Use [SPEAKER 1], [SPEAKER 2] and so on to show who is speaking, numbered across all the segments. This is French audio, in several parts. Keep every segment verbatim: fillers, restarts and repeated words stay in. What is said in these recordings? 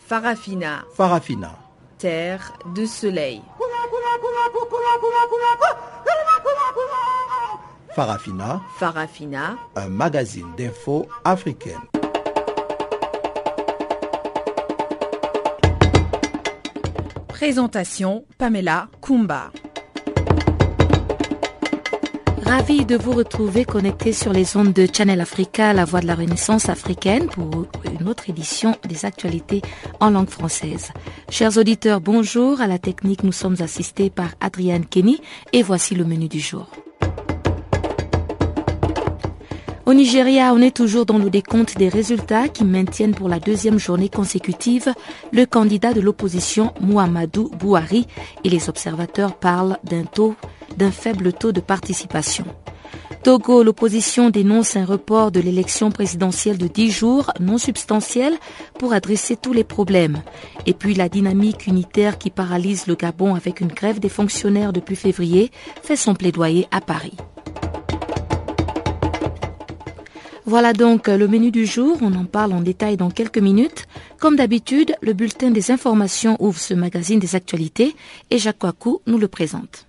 [SPEAKER 1] Farafina.
[SPEAKER 2] Farafina.
[SPEAKER 1] Terre de soleil.
[SPEAKER 2] Farafina.
[SPEAKER 1] Farafina.
[SPEAKER 2] Un magazine d'infos africaine.
[SPEAKER 1] Présentation Pamela Kumba.
[SPEAKER 3] Ravi de vous retrouver connectés sur les ondes de Channel Africa, la voix de la Renaissance africaine, pour une autre édition des actualités en langue française. Chers auditeurs, bonjour. À la technique, nous sommes assistés par Adrienne Kenny et voici le menu du jour. Au Nigeria, on est toujours dans le décompte des résultats qui maintiennent pour la deuxième journée consécutive le candidat de l'opposition Muhammadu Buhari et les observateurs parlent d'un taux, d'un faible taux de participation. Togo, l'opposition dénonce un report de l'élection présidentielle de dix jours non substantiel pour adresser tous les problèmes. Et puis la dynamique unitaire qui paralyse le Gabon avec une grève des fonctionnaires depuis février fait son plaidoyer à Paris. Voilà donc le menu du jour, on en parle en détail dans quelques minutes. Comme d'habitude, le bulletin des informations ouvre ce magazine des actualités et Jacques Kouakou nous le présente.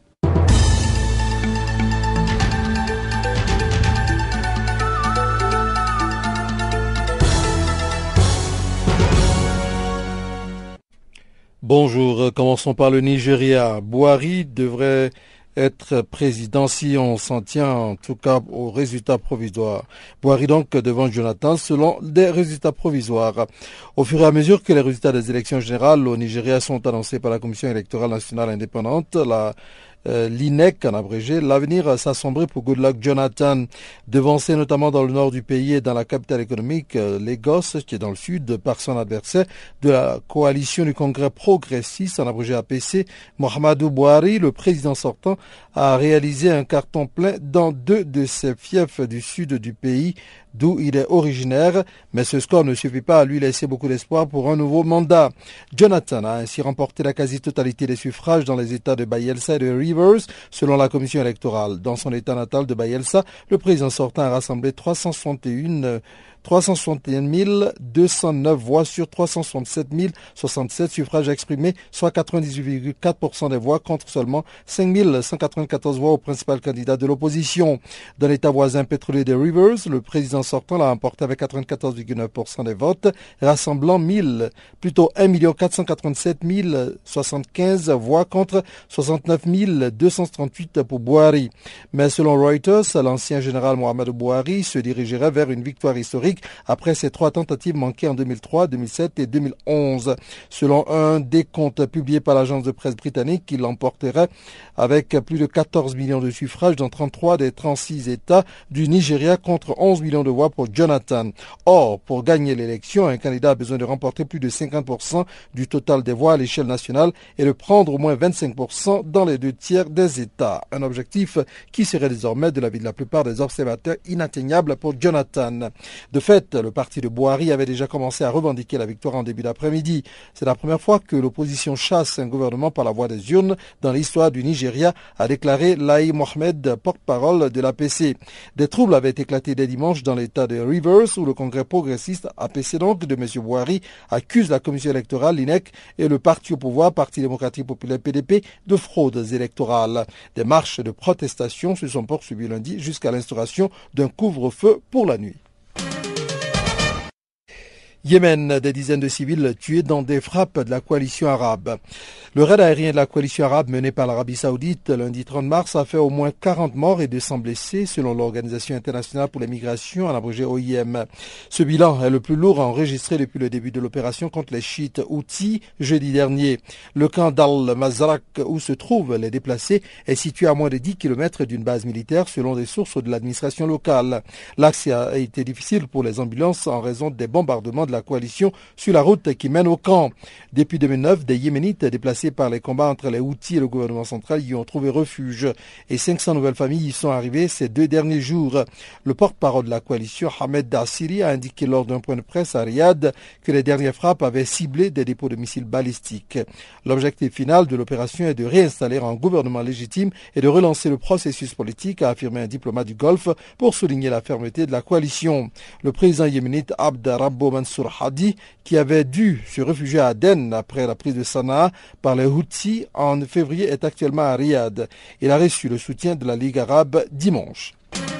[SPEAKER 4] Bonjour, commençons par le Nigeria. Buhari devrait être président si on s'en tient en tout cas aux résultats provisoires. Buhari donc devant Jonathan selon des résultats provisoires. Au fur et à mesure que les résultats des élections générales au Nigeria sont annoncés par la Commission électorale nationale indépendante, la Euh, l'I N E C en abrégé, l'avenir s'assombrit pour Goodluck Jonathan, devancé notamment dans le nord du pays et dans la capitale économique, euh, Lagos, qui est dans le sud, par son adversaire de la coalition du Congrès progressiste, en abrégé A P C, Muhammadu Buhari, le président sortant, a réalisé un carton plein dans deux de ses fiefs du sud du pays, d'où il est originaire, mais ce score ne suffit pas à lui laisser beaucoup d'espoir pour un nouveau mandat. Jonathan a ainsi remporté la quasi-totalité des suffrages dans les États de Bayelsa et de Rivers, selon la commission électorale. Dans son État natal de Bayelsa, le président sortant a rassemblé trois cent soixante et un trois cent soixante et un mille deux cent neuf voix sur trois cent soixante-sept mille soixante-sept suffrages exprimés, soit quatre-vingt-dix-huit virgule quatre pour cent des voix contre seulement cinq mille cent quatre-vingt-quatorze voix au principal candidat de l'opposition. Dans l'état voisin pétrolier de Rivers, le président sortant l'a emporté avec quatre-vingt-quatorze virgule neuf pour cent des votes, rassemblant mille, plutôt un million quatre cent quatre-vingt-sept mille soixante-quinze voix contre soixante-neuf mille deux cent trente-huit pour Buhari. Mais selon Reuters, l'ancien général Muhammadu Buhari se dirigerait vers une victoire historique après ses trois tentatives manquées en deux mille trois, deux mille sept et deux mille onze. Selon un décompte publié par l'agence de presse britannique, il l'emporterait avec plus de quatorze millions de suffrages dans trente-trois des trente-six États du Nigeria contre onze millions de voix pour Jonathan. Or, pour gagner l'élection, un candidat a besoin de remporter plus de cinquante pour cent du total des voix à l'échelle nationale et de prendre au moins vingt-cinq pour cent dans les deux tiers des États. Un objectif qui serait désormais, de l'avis de la plupart des observateurs, inatteignable pour Jonathan. De fait, le parti de Buhari avait déjà commencé à revendiquer la victoire en début d'après-midi. C'est la première fois que l'opposition chasse un gouvernement par la voie des urnes dans l'histoire du Nigeria, a déclaré Lahi Mohammed, porte-parole de l'A P C. Des troubles avaient éclaté dès dimanche dans l'état de Rivers, où le Congrès progressiste, A P C donc, de M. Buhari, accuse la commission électorale, l'I N E C, et le parti au pouvoir, Parti démocratique populaire P D P, de fraudes électorales. Des marches de protestation se sont poursuivies lundi jusqu'à l'instauration d'un couvre-feu pour la nuit. Yémen, des dizaines de civils tués dans des frappes de la coalition arabe. Le raid aérien de la coalition arabe mené par l'Arabie Saoudite lundi trente mars a fait au moins quarante morts et deux cents blessés selon l'Organisation internationale pour les migrations, en abrégé O I M. Ce bilan est le plus lourd enregistré depuis le début de l'opération contre les chiites Houthis jeudi dernier. Le camp d'Al-Mazraq où se trouvent les déplacés est situé à moins de dix kilomètres d'une base militaire selon des sources de l'administration locale. L'accès a été difficile pour les ambulances en raison des bombardements de la coalition sur la route qui mène au camp. Depuis deux mille neuf, des Yéménites déplacés par les combats entre les Houthis et le gouvernement central y ont trouvé refuge et cinq cents nouvelles familles y sont arrivées ces deux derniers jours. Le porte-parole de la coalition, Ahmed Dassiri, a indiqué lors d'un point de presse à Riyad que les dernières frappes avaient ciblé des dépôts de missiles balistiques. L'objectif final de l'opération est de réinstaller un gouvernement légitime et de relancer le processus politique, a affirmé un diplomate du Golfe pour souligner la fermeté de la coalition. Le président yéménite Abd Rabbo Mansour Mansour Hadi, qui avait dû se réfugier à Aden après la prise de Sanaa par les Houthis en février, est actuellement à Riyad. Il a reçu le soutien de la Ligue arabe dimanche.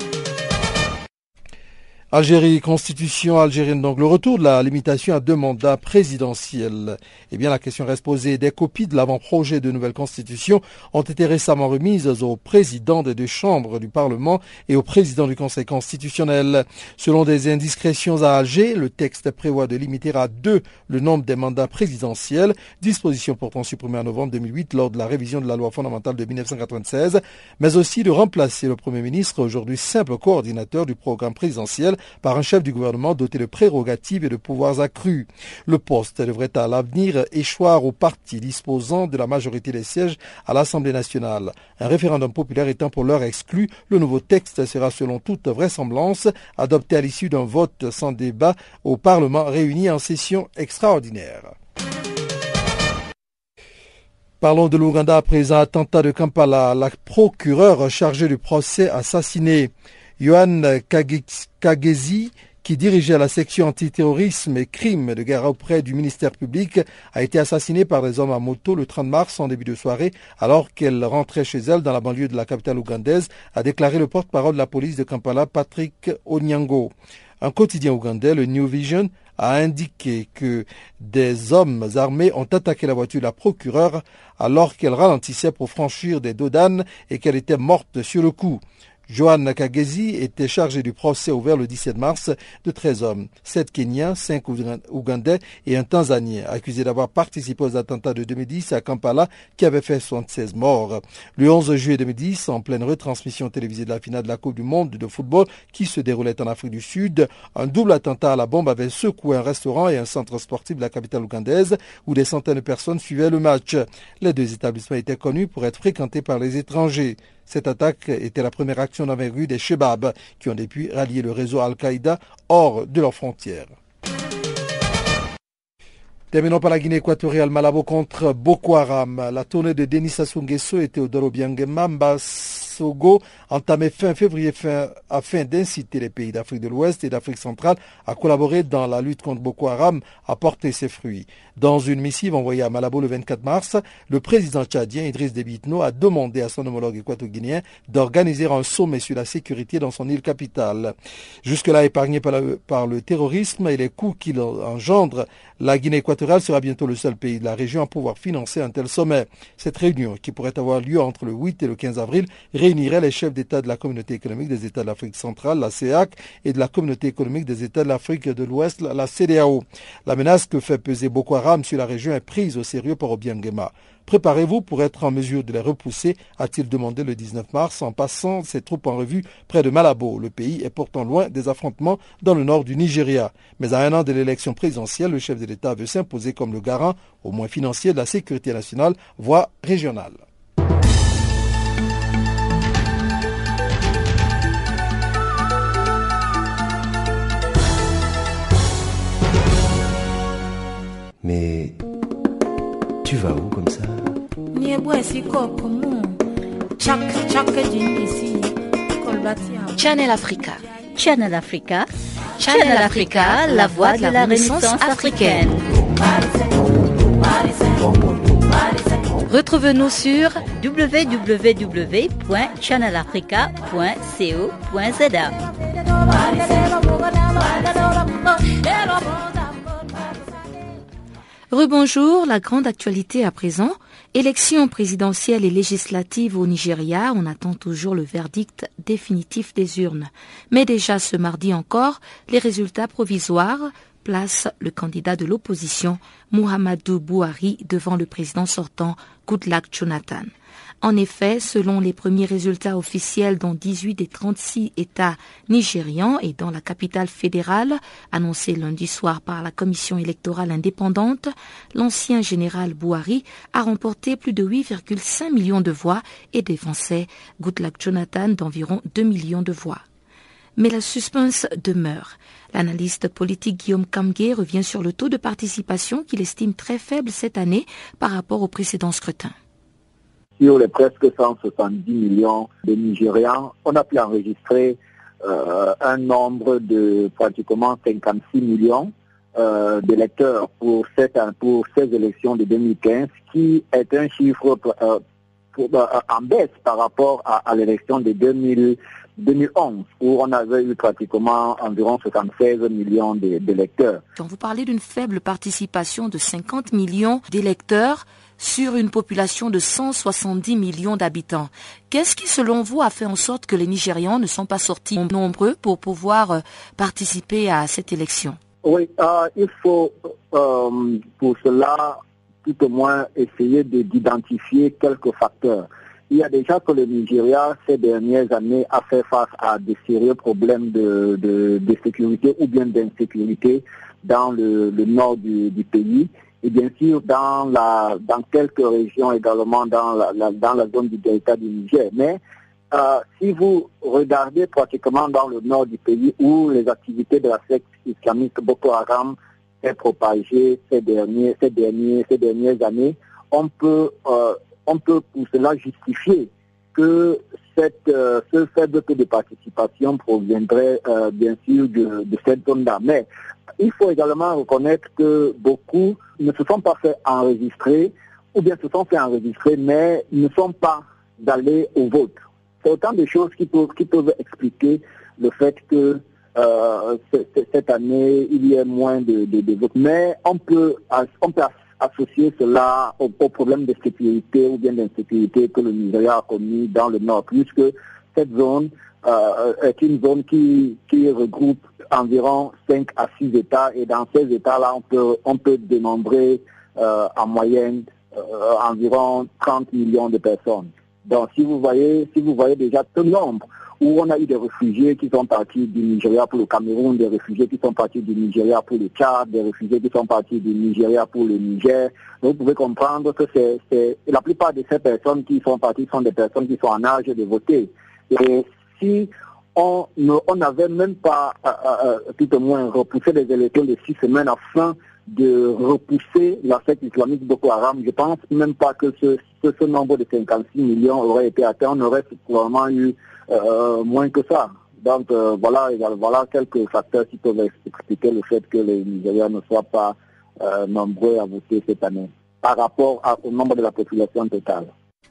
[SPEAKER 4] Algérie, constitution algérienne, donc le retour de la limitation à deux mandats présidentiels. Eh bien, la question reste posée. Des copies de l'avant-projet de nouvelle constitution ont été récemment remises au président des deux chambres du Parlement et au président du Conseil constitutionnel. Selon des indiscrétions à Alger, le texte prévoit de limiter à deux le nombre des mandats présidentiels, disposition pourtant supprimée en novembre deux mille huit lors de la révision de la loi fondamentale de mille neuf cent quatre-vingt-seize, mais aussi de remplacer le Premier ministre, aujourd'hui simple coordinateur du programme présidentiel, par un chef du gouvernement doté de prérogatives et de pouvoirs accrus. Le poste devrait à l'avenir échoir au parti disposant de la majorité des sièges à l'Assemblée nationale. Un référendum populaire étant pour l'heure exclu, le nouveau texte sera selon toute vraisemblance adopté à l'issue d'un vote sans débat au Parlement réuni en session extraordinaire. Parlons de l'Ouganda à présent. Attentat de Kampala. La procureure chargée du procès assassiné, Yohan Kagezi, qui dirigeait la section antiterrorisme et crimes de guerre auprès du ministère public, a été assassinée par des hommes à moto le trente mars en début de soirée alors qu'elle rentrait chez elle dans la banlieue de la capitale ougandaise, a déclaré le porte-parole de la police de Kampala, Patrick Onyango. Un quotidien ougandais, le New Vision, a indiqué que des hommes armés ont attaqué la voiture de la procureure alors qu'elle ralentissait pour franchir des douanes et qu'elle était morte sur le coup. Yohan Kagezi était chargé du procès ouvert le dix-sept mars de treize hommes, sept Kenyans, cinq Ougandais et un Tanzanien, accusés d'avoir participé aux attentats de deux mille dix à Kampala qui avaient fait soixante-seize morts. Le onze juillet deux mille dix, en pleine retransmission télévisée de la finale de la Coupe du Monde de football qui se déroulait en Afrique du Sud, un double attentat à la bombe avait secoué un restaurant et un centre sportif de la capitale ougandaise où des centaines de personnes suivaient le match. Les deux établissements étaient connus pour être fréquentés par les étrangers. Cette attaque était la première action d'envergure des Chebabs qui ont depuis rallié le réseau Al-Qaïda hors de leurs frontières. Terminons par la Guinée équatoriale. Malabo contre Boko Haram. La tournée de Denis Sassou Nguesso et Teodoro Obiang Mbasogo entamée fin février fin, afin d'inciter les pays d'Afrique de l'Ouest et d'Afrique centrale à collaborer dans la lutte contre Boko Haram a porté ses fruits. Dans une missive envoyée à Malabo le vingt-quatre mars, le président tchadien Idriss Déby Itno a demandé à son homologue équato-guinéen d'organiser un sommet sur la sécurité dans son île capitale. Jusque-là épargnée par, par le terrorisme et les coûts qu'il engendre, la Guinée équatoriale sera bientôt le seul pays de la région à pouvoir financer un tel sommet. Cette réunion, qui pourrait avoir lieu entre le huit et le quinze avril, réunirait les chefs d'État de la Communauté économique des États de l'Afrique centrale, la C E A C, et de la Communauté économique des États de l'Afrique de l'Ouest, la C E D A O. La menace que fait peser Boko Haram sur la région est prise au sérieux par Obiang Nguema. Préparez-vous pour être en mesure de les repousser, a-t-il demandé le dix-neuf mars en passant ses troupes en revue près de Malabo. Le pays est pourtant loin des affrontements dans le nord du Nigeria. Mais à un an de l'élection présidentielle, le chef de l'État veut s'imposer comme le garant, au moins financier, de la sécurité nationale, voire régionale.
[SPEAKER 5] Mais tu vas où comme ça?
[SPEAKER 3] Channel Africa.
[SPEAKER 6] Channel Africa. Channel Africa, la voix de la Renaissance africaine.
[SPEAKER 3] Retrouvez-nous sur
[SPEAKER 6] w w w point channel africa point co point z a.
[SPEAKER 3] Rebonjour, la grande actualité à présent. Élections présidentielles et législatives au Nigeria, on attend toujours le verdict définitif des urnes. Mais déjà ce mardi encore, les résultats provisoires placent le candidat de l'opposition, Muhammadu Buhari, devant le président sortant, Goodluck Jonathan. En effet, selon les premiers résultats officiels dans dix-huit des trente-six États nigérians et dans la capitale fédérale, annoncés lundi soir par la commission électorale indépendante, l'ancien général Buhari a remporté plus de huit virgule cinq millions de voix et dévançait Goodluck Jonathan d'environ deux millions de voix. Mais la suspense demeure. L'analyste politique Guillaume Kamge revient sur le taux de participation qu'il estime très faible cette année par rapport au précédent scrutin.
[SPEAKER 7] Sur les presque cent soixante-dix millions de Nigérians, on a pu enregistrer euh, un nombre de pratiquement cinquante-six millions euh, d'électeurs pour, cette, pour ces élections de deux mille quinze, qui est un chiffre euh, pour, euh, en baisse par rapport à, à l'élection de deux mille onze, où on avait eu pratiquement environ soixante-seize millions d'électeurs.
[SPEAKER 3] Quand vous parlez d'une faible participation de cinquante millions d'électeurs sur une population de cent soixante-dix millions d'habitants, qu'est-ce qui, selon vous, a fait en sorte que les Nigérians ne sont pas sortis nombreux pour pouvoir participer à cette élection?
[SPEAKER 7] Oui, euh, il faut euh, pour cela tout au moins essayer d'identifier quelques facteurs. Il y a déjà que le Nigeria, ces dernières années, a fait face à de sérieux problèmes de, de, de sécurité ou bien d'insécurité dans le, le nord du, du pays et bien sûr dans, la, dans quelques régions également dans la, la, dans la zone du delta du Niger. Mais euh, si vous regardez pratiquement dans le nord du pays où les activités de la secte islamique Boko Haram est propagée ces, derniers, ces, derniers, ces dernières années, on peut... Euh, on peut pour cela justifier que cette, euh, ce faible taux de participation proviendrait euh, bien sûr de, de cette zone-là. Mais il faut également reconnaître que beaucoup ne se sont pas fait enregistrer, ou bien se sont fait enregistrer, mais ne sont pas allés au vote. C'est autant de choses qui peuvent, qui peuvent expliquer le fait que euh, cette année, il y ait moins de, de, de votes. Mais on peut, on peut associer cela au, au problème de sécurité ou bien d'insécurité que le Nigeria a connu dans le nord, puisque cette zone euh, est une zone qui, qui regroupe environ cinq à six États, et dans ces États-là, on peut, on peut dénombrer euh, en moyenne euh, environ trente millions de personnes. Donc si vous voyez, si vous voyez déjà ce nombre, où on a eu des réfugiés qui sont partis du Nigeria pour le Cameroun, des réfugiés qui sont partis du Nigeria pour le Tchad, des réfugiés qui sont partis du Nigeria pour le Niger. Donc, vous pouvez comprendre que c'est, c'est la plupart de ces personnes qui sont parties sont des personnes qui sont en âge de voter. Et si on n'avait même pas, euh, euh, tout au moins, repoussé les élections de six semaines afin de repousser la secte islamique Boko Haram, je pense même pas que ce, ce, ce nombre de cinquante-six millions aurait été atteint. On aurait probablement eu Euh, moins que ça. Donc euh, voilà, voilà quelques facteurs qui peuvent expliquer le fait que les Nigériens ne soient pas euh, nombreux à voter cette année par rapport à, au nombre de la population totale.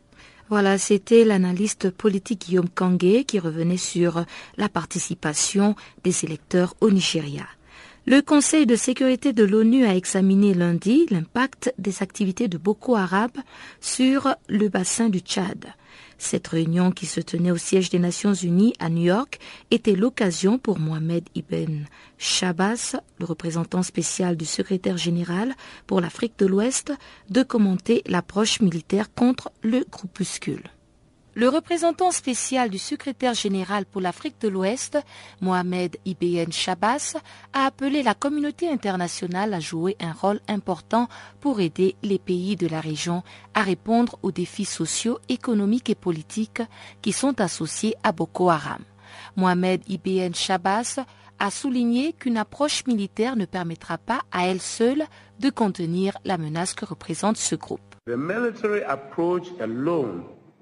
[SPEAKER 3] Voilà, c'était l'analyste politique Guillaume Kangé qui revenait sur la participation des électeurs au Nigeria. Le Conseil de sécurité de l'ONU a examiné lundi l'impact des activités de Boko Haram sur le bassin du Tchad. Cette réunion qui se tenait au siège des Nations Unies à New York était l'occasion pour Mohamed Ibn Shabbas, le représentant spécial du secrétaire général pour l'Afrique de l'Ouest, de commenter l'approche militaire contre le groupuscule. Le représentant spécial du secrétaire général pour l'Afrique de l'Ouest, Mohamed Ibn Shabbas, a appelé la communauté internationale à jouer un rôle important pour aider les pays de la région à répondre aux défis sociaux, économiques et politiques qui sont associés à Boko Haram. Mohamed Ibn Shabbas a souligné qu'une approche militaire ne permettra pas à elle seule de contenir la menace que représente ce groupe.
[SPEAKER 8] The military approach alone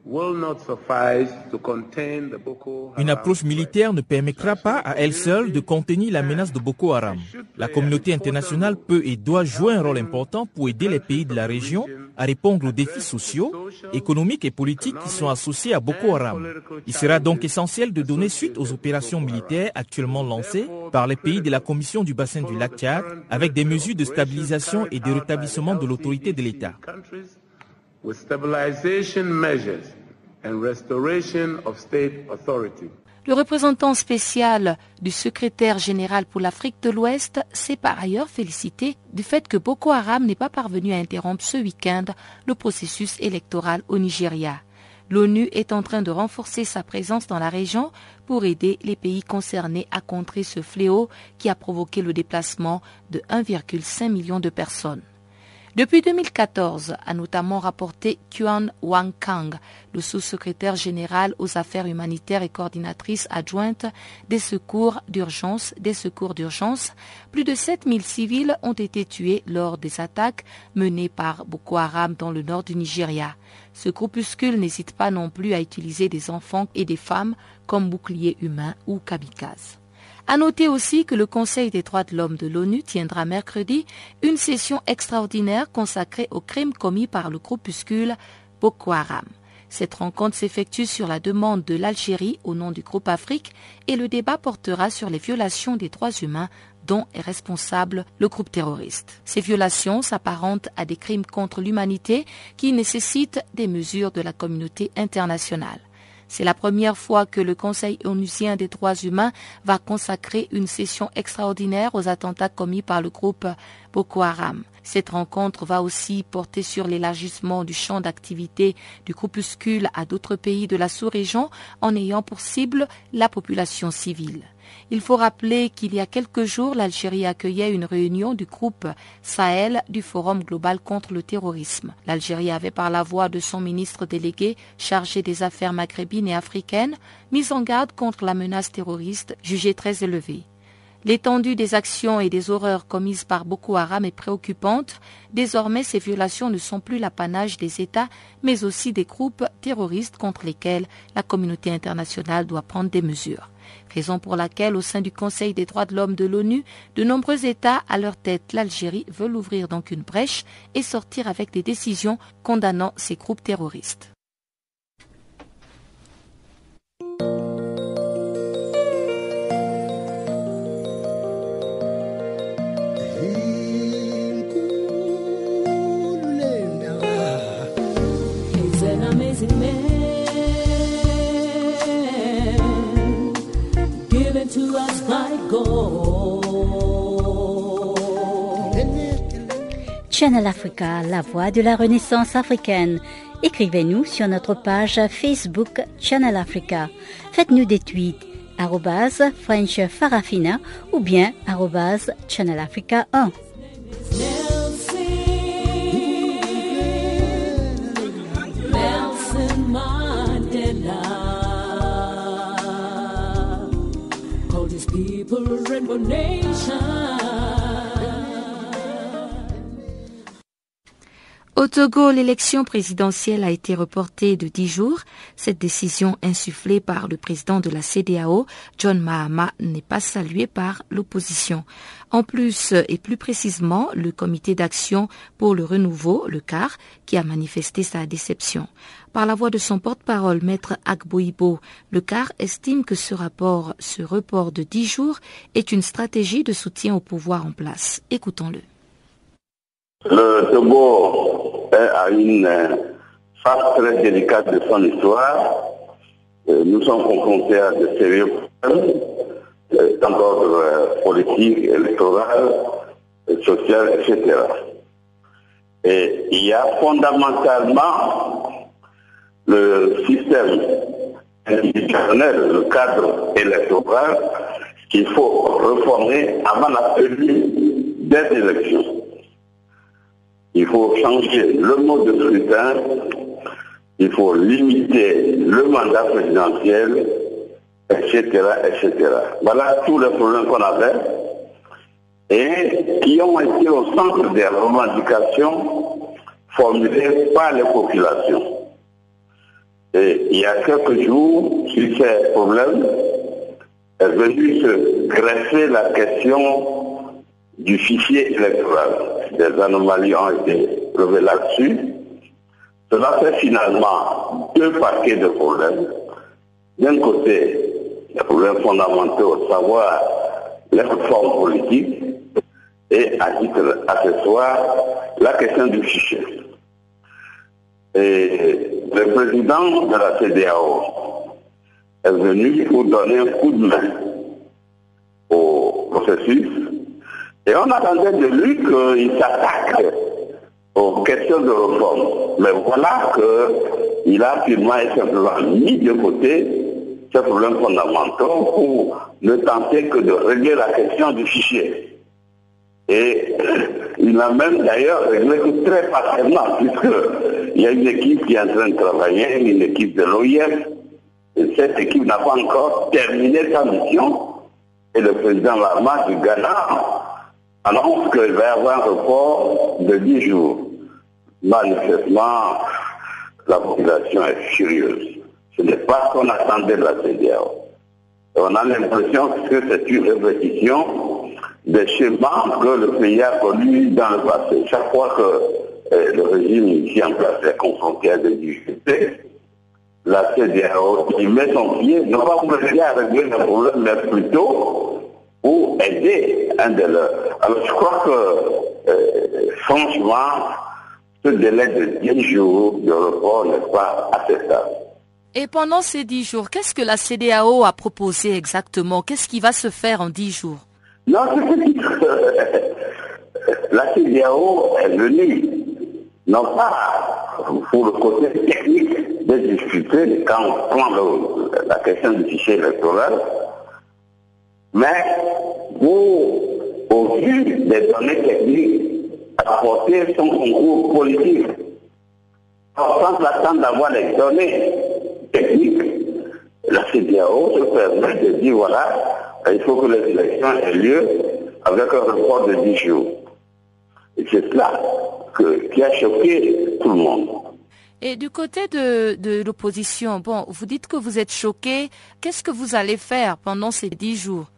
[SPEAKER 9] Une approche militaire ne permettra pas à elle seule de contenir la menace de Boko Haram. La communauté internationale peut et doit jouer un rôle important pour aider les pays de la région à répondre aux défis sociaux, économiques et politiques qui sont associés à Boko Haram. Il sera donc essentiel de donner suite aux opérations militaires actuellement lancées par les pays de la Commission du bassin du lac Tchad avec des mesures de stabilisation et de rétablissement de l'autorité de l'État.
[SPEAKER 8] With stabilization measures and restoration of state authority.
[SPEAKER 3] Le représentant spécial du secrétaire général pour l'Afrique de l'Ouest s'est par ailleurs félicité du fait que Boko Haram n'est pas parvenu à interrompre ce week-end le processus électoral au Nigeria. L'ONU est en train de renforcer sa présence dans la région pour aider les pays concernés à contrer ce fléau qui a provoqué le déplacement de un virgule cinq million de personnes. Depuis deux mille quatorze, a notamment rapporté Kuan Wang Kang, le sous-secrétaire général aux affaires humanitaires et coordinatrice adjointe des secours d'urgence, des secours d'urgence, plus de sept mille civils ont été tués lors des attaques menées par Boko Haram dans le nord du Nigeria. Ce groupuscule n'hésite pas non plus à utiliser des enfants et des femmes comme boucliers humains ou kamikazes. À noter aussi que le Conseil des droits de l'homme de l'ONU tiendra mercredi une session extraordinaire consacrée aux crimes commis par le groupuscule Boko Haram. Cette rencontre s'effectue sur la demande de l'Algérie au nom du groupe Afrique et le débat portera sur les violations des droits humains dont est responsable le groupe terroriste. Ces violations s'apparentent à des crimes contre l'humanité qui nécessitent des mesures de la communauté internationale. C'est la première fois que le Conseil onusien des droits humains va consacrer une session extraordinaire aux attentats commis par le groupe Boko Haram. Cette rencontre va aussi porter sur l'élargissement du champ d'activité du groupuscule à d'autres pays de la sous-région en ayant pour cible la population civile. Il faut rappeler qu'il y a quelques jours, l'Algérie accueillait une réunion du groupe Sahel du Forum global contre le terrorisme. L'Algérie avait par la voix de son ministre délégué chargé des affaires maghrébines et africaines mis en garde contre la menace terroriste jugée très élevée. L'étendue des actions et des horreurs commises par Boko Haram est préoccupante. Désormais, ces violations ne sont plus l'apanage des États, mais aussi des groupes terroristes contre lesquels la communauté internationale doit prendre des mesures. Raison pour laquelle, au sein du Conseil des droits de l'homme de l'ONU, de nombreux États, à leur tête l'Algérie, veulent ouvrir donc une brèche et sortir avec des décisions condamnant ces groupes terroristes.
[SPEAKER 6] Channel Africa, la voix de la Renaissance africaine. Écrivez-nous sur notre page Facebook Channel Africa. Faites-nous des tweets arobase French Farafina ou bien arobase Channel Africa un.
[SPEAKER 3] Au Togo, l'élection présidentielle a été reportée de dix jours. Cette décision insufflée par le président de la C E D E A O, John Mahama, n'est pas saluée par l'opposition. En plus, et plus précisément, le comité d'action pour le renouveau, le C A R, qui a manifesté sa déception. Par la voix de son porte-parole, Maître Agboibo, le C A R estime que ce rapport, ce report de dix jours, est une stratégie de soutien au pouvoir en place. Écoutons-le.
[SPEAKER 10] Le Togo est à une phase très délicate de son histoire. Nous sommes confrontés à de sérieux problèmes, tant d'ordre politique, électoral, social, et cetera. Et il y a fondamentalement le système institutionnel, le cadre électoral qu'il faut réformer avant la tenue des élections. Il faut changer le mode de scrutin, il faut limiter le mandat présidentiel, et cetera, et cetera. Voilà tous les problèmes qu'on avait et qui ont été au centre des revendications formulées par les populations. Et il y a quelques jours, sur ces problèmes, est venue se greffer la question du fichier électoral. Des anomalies ont été relevées là-dessus. Cela fait finalement deux paquets de problèmes. D'un côté, les problèmes fondamentaux, savoir les réformes politiques, et à titre accessoire, la question du fichier. Et le président de la C E D E A O est venu pour donner un coup de main au processus. Et on attendait de lui qu'il s'attaque aux questions de réforme. Mais voilà qu'il a finalement et simplement mis de côté ces problèmes fondamentaux pour ne tenter que de régler la question du fichier. Et il a même d'ailleurs réglé que très partiellement, puisqu'il y a une équipe qui est en train de travailler, une équipe de l'O I F, et cette équipe n'a pas encore terminé sa mission. Et le président Mahama du Ghana annonce qu'il va y avoir un report de dix jours. Manifestement, la population est furieuse. Ce n'est pas ce qu'on attendait de la C E D E A O. On a l'impression que c'est une répétition des schémas que le pays a connus dans le passé. Chaque fois que euh, le régime ici en place est confronté à des difficultés, la C D A O qui met son pied, non pas pour aider à régler le problème, mais plutôt pour aider un de leurs. Alors je crois que, euh, franchement, ce délai de dix jours de report n'est pas acceptable.
[SPEAKER 3] Et pendant ces dix jours, qu'est-ce que la C D A O a proposé exactement? Qu'est-ce qui va se faire en dix jours?
[SPEAKER 10] Non, c'est que la C D A O est venue, non pas pour le côté technique des difficultés, quand on prend le, la question du fichier électoral, mais pour, au vu des données techniques, apporter son concours politique. Sans attendre d'avoir les données techniques, la C D A O se permet de dire voilà, il faut que les élections aient lieu avec un report de dix jours. Et c'est cela que, qui a choqué tout le monde.
[SPEAKER 3] Et du côté de, de l'opposition, bon, vous dites que vous êtes choqué. Qu'est-ce que vous allez faire pendant ces dix jours?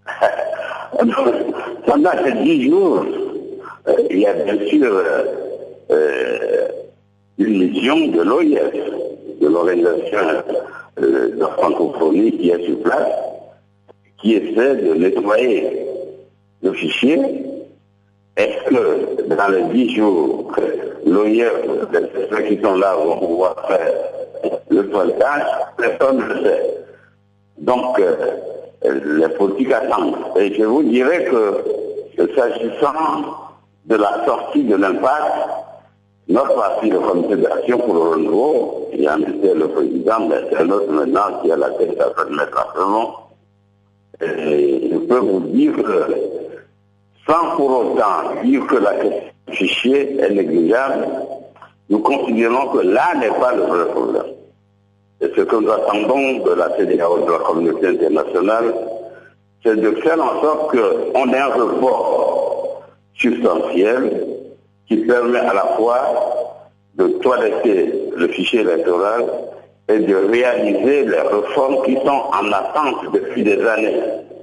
[SPEAKER 10] Pendant ces dix jours, euh, il y a bien sûr euh, euh, une mission de l'O I S, de l'Organisation euh, de la francophonie qui est sur place, qui essaie de nettoyer le fichier. Est-ce que dans les dix jours, l'O I S, ceux qui sont là vont pouvoir faire le toilettage? Personne ne le sait. Donc, euh, les politiques attendent. Et je vous dirais que, s'agissant de la sortie de l'impasse, notre parti, le comité d'action pour le renouveau, il y en était le président, mais c'est un autre maintenant qui a la tête à faire mettre à Fermont. Et je peux vous dire que, sans pour autant dire que la question du fichier est négligeable, nous considérons que là n'est pas le vrai problème. Et ce que nous attendons de la C D A O, de la communauté internationale, c'est de faire en sorte qu'on ait un report substantiel qui permet à la fois de toiletter le fichier électoral et de réaliser les réformes qui sont en attente depuis des années.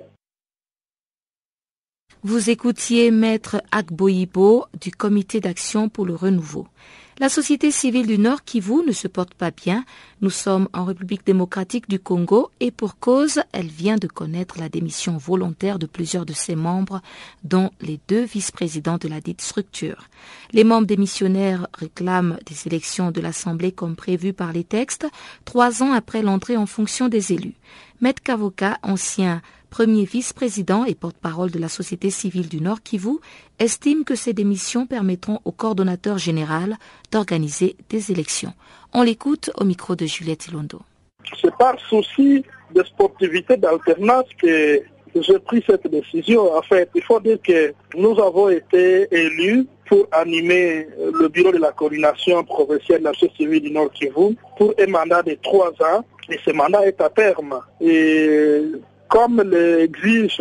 [SPEAKER 3] Vous écoutiez Maître Agboyibo du Comité d'action pour le renouveau. La société civile du Nord Kivu ne se porte pas bien. Nous sommes en République démocratique du Congo et pour cause, elle vient de connaître la démission volontaire de plusieurs de ses membres, dont les deux vice-présidents de la dite structure. Les membres démissionnaires réclament des élections de l'Assemblée comme prévu par les textes, trois ans après l'entrée en fonction des élus. Maître Kavoka, ancien premier vice-président et porte-parole de la société civile du Nord Kivu, estime que ces démissions permettront au coordonnateur général d'organiser des élections. On l'écoute au micro de Juliette Ilondo.
[SPEAKER 11] C'est par souci de sportivité, d'alternance que j'ai pris cette décision. En fait, il faut dire que nous avons été élus pour animer le bureau de la coordination provinciale de la société civile du Nord Kivu pour un mandat de trois ans et ce mandat est à terme. Et comme l'exige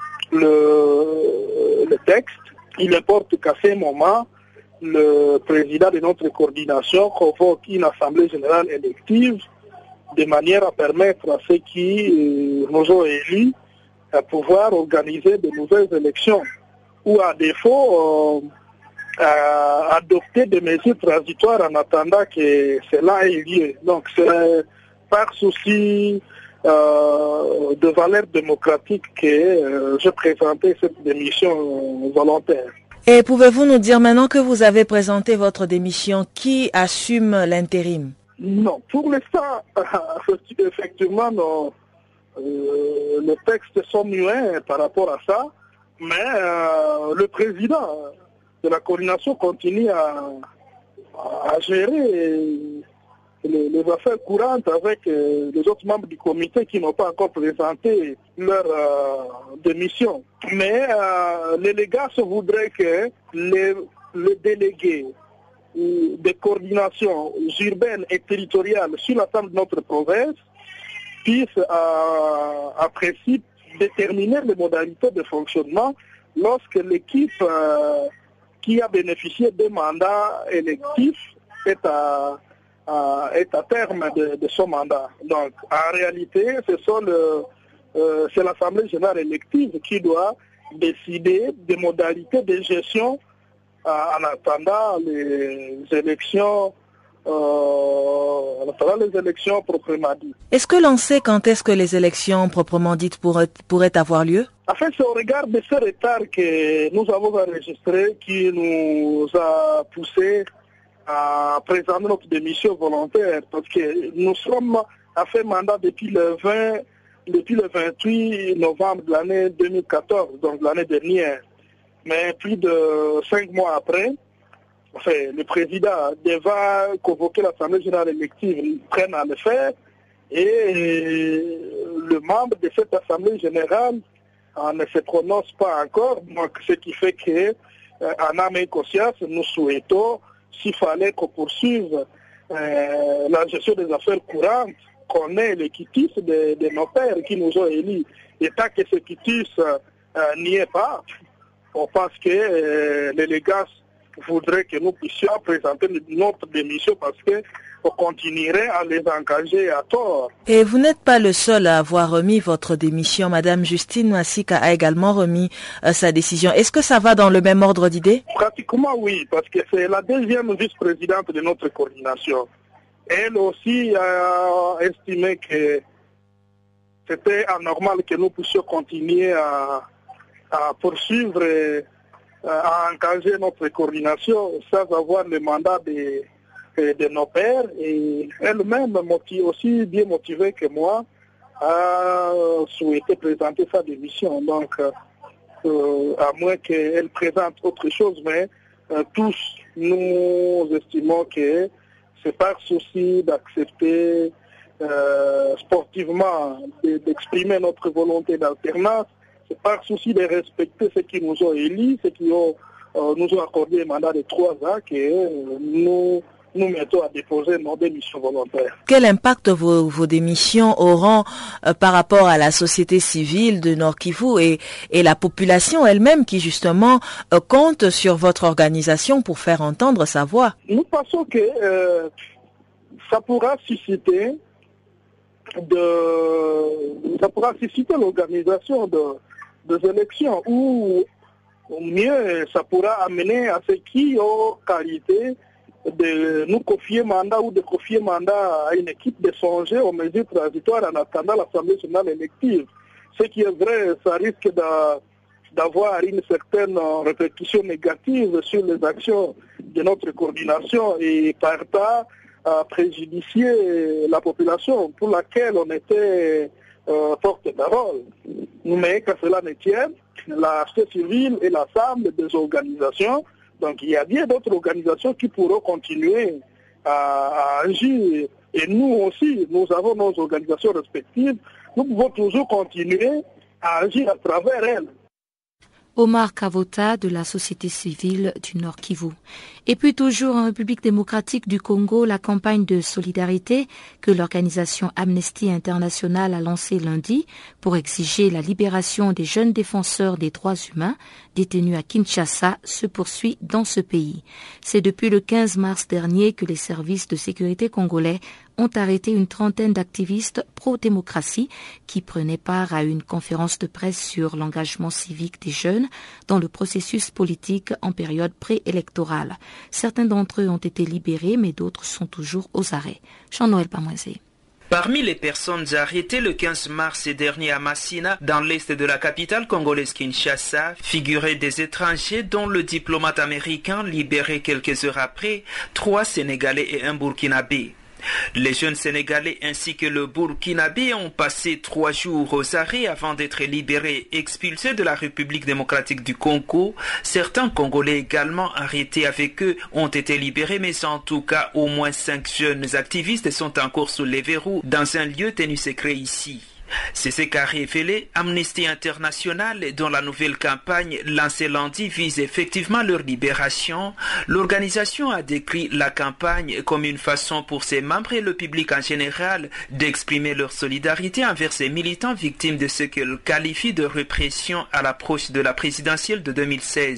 [SPEAKER 11] le, le texte, il importe qu'à ce moment, le président de notre coordination convoque une assemblée générale élective de manière à permettre à ceux qui nous ont élus à pouvoir organiser de nouvelles élections ou à défaut euh, à adopter des mesures transitoires en attendant que cela ait lieu. Donc c'est par souci Euh, de valeur démocratique que euh, je présentais cette démission volontaire.
[SPEAKER 12] Et pouvez-vous nous dire maintenant que vous avez présenté votre démission, qui assume l'intérim?
[SPEAKER 11] Non, pour l'instant, effectivement, non, euh, les textes sont muets par rapport à ça, mais euh, le président de la coordination continue à, à gérer Les, les affaires courantes avec euh, les autres membres du comité qui n'ont pas encore présenté leur euh, démission. Mais euh, l'élégance voudrait que les, les délégués euh, des coordinations urbaines et territoriales sur l'ensemble de notre province puissent euh, en principe déterminer les modalités de fonctionnement lorsque l'équipe euh, qui a bénéficié des mandats électifs est à Euh, est à terme de, de son mandat. Donc, en réalité, ce sont le, euh, c'est l'Assemblée générale élective qui doit décider des modalités de gestion euh, en attendant les élections, euh, en attendant les élections proprement dites.
[SPEAKER 12] Est-ce que l'on sait quand est-ce que les élections proprement dites pourraient, pourraient avoir lieu?
[SPEAKER 11] En fait, c'est au regard de ce retard que nous avons enregistré qui nous a poussé à présenter notre démission volontaire, parce que nous sommes à fait mandat depuis le vingt, depuis le vingt-huit novembre de l'année deux mille quatorze, donc l'année dernière. Mais plus de cinq mois après, enfin, le président devra convoquer l'Assemblée générale élective, prenne à le faire, et le membre de cette Assemblée générale euh, ne se prononce pas encore, donc ce qui fait que, euh, en âme et conscience, nous souhaitons, s'il fallait qu'on poursuive euh, la gestion des affaires courantes, qu'on ait le quitus de, de nos pères qui nous ont élus. Et tant que ce quitus euh, n'y est pas, on pense que euh, l'élégance voudrait que nous puissions présenter notre démission parce qu'on continuerait à les engager à tort.
[SPEAKER 12] Et vous n'êtes pas le seul à avoir remis votre démission. Madame Justine Massika a également remis euh, sa décision. Est-ce que ça va dans le même ordre d'idées?
[SPEAKER 11] Pratiquement oui, parce que c'est la deuxième vice-présidente de notre coordination. Elle aussi a estimé que c'était anormal que nous puissions continuer à, à poursuivre, et, à engager notre coordination sans avoir le mandat de, de nos pères. Et elle-même, aussi bien motivée que moi, a souhaité présenter sa démission. Donc, euh, à moins qu'elle présente autre chose, mais euh, tous nous estimons que c'est par souci d'accepter euh, sportivement, d'exprimer notre volonté d'alternance, c'est par souci de respecter ceux qui nous ont élus, ceux qui ont, euh, nous ont accordé un mandat de trois ans, que euh, nous nous mettons à déposer nos démissions volontaires.
[SPEAKER 12] Quel impact vos, vos démissions auront euh, par rapport à la société civile de Nord Kivu et, et la population elle-même qui justement euh, compte sur votre organisation pour faire entendre sa voix?
[SPEAKER 11] Nous pensons que euh, ça pourra susciter de, ça pourra susciter l'organisation de, des élections ou mieux ça pourra amener à ceux qui ont qualité de nous confier mandat ou de confier mandat à une équipe de songer aux mesures transitoires en attendant l'Assemblée générale élective. Ce qui est vrai, ça risque d'avoir une certaine répercussion négative sur les actions de notre coordination et par là à préjudicier la population pour laquelle on était euh, porte-parole. Mais que cela ne tienne, la société civile est l'ensemble des organisations. Donc il y a bien d'autres organisations qui pourront continuer à, à agir. Et nous aussi, nous avons nos organisations respectives. Nous pouvons toujours continuer à agir à travers elles.
[SPEAKER 3] Omar Kavota de la société civile du Nord Kivu. Et puis toujours en République démocratique du Congo, la campagne de solidarité que l'organisation Amnesty International a lancée lundi pour exiger la libération des jeunes défenseurs des droits humains détenus à Kinshasa se poursuit dans ce pays. C'est depuis le quinze mars dernier que les services de sécurité congolais ont arrêté une trentaine d'activistes pro-démocratie qui prenaient part à une conférence de presse sur l'engagement civique des jeunes dans le processus politique en période préélectorale. Certains d'entre eux ont été libérés, mais d'autres sont toujours aux arrêts. Jean-Noël Pamoisé.
[SPEAKER 13] Parmi les personnes arrêtées le quinze mars dernier à Massina, dans l'est de la capitale congolaise Kinshasa, figuraient des étrangers dont le diplomate américain libéré quelques heures après, trois Sénégalais et un Burkinabé. Les jeunes Sénégalais ainsi que le Burkinabé ont passé trois jours aux arrêts avant d'être libérés et expulsés de la République démocratique du Congo. Certains Congolais également arrêtés avec eux ont été libérés, mais en tout cas au moins cinq jeunes activistes sont encore sous les verrous dans un lieu tenu secret ici. C'est ce qu'a révélé Amnesty International, dont la nouvelle campagne lancée lundi vise effectivement leur libération. L'organisation a décrit la campagne comme une façon pour ses membres et le public en général d'exprimer leur solidarité envers ces militants victimes de ce qu'elle qualifie de répression à l'approche de la présidentielle de deux mille seize.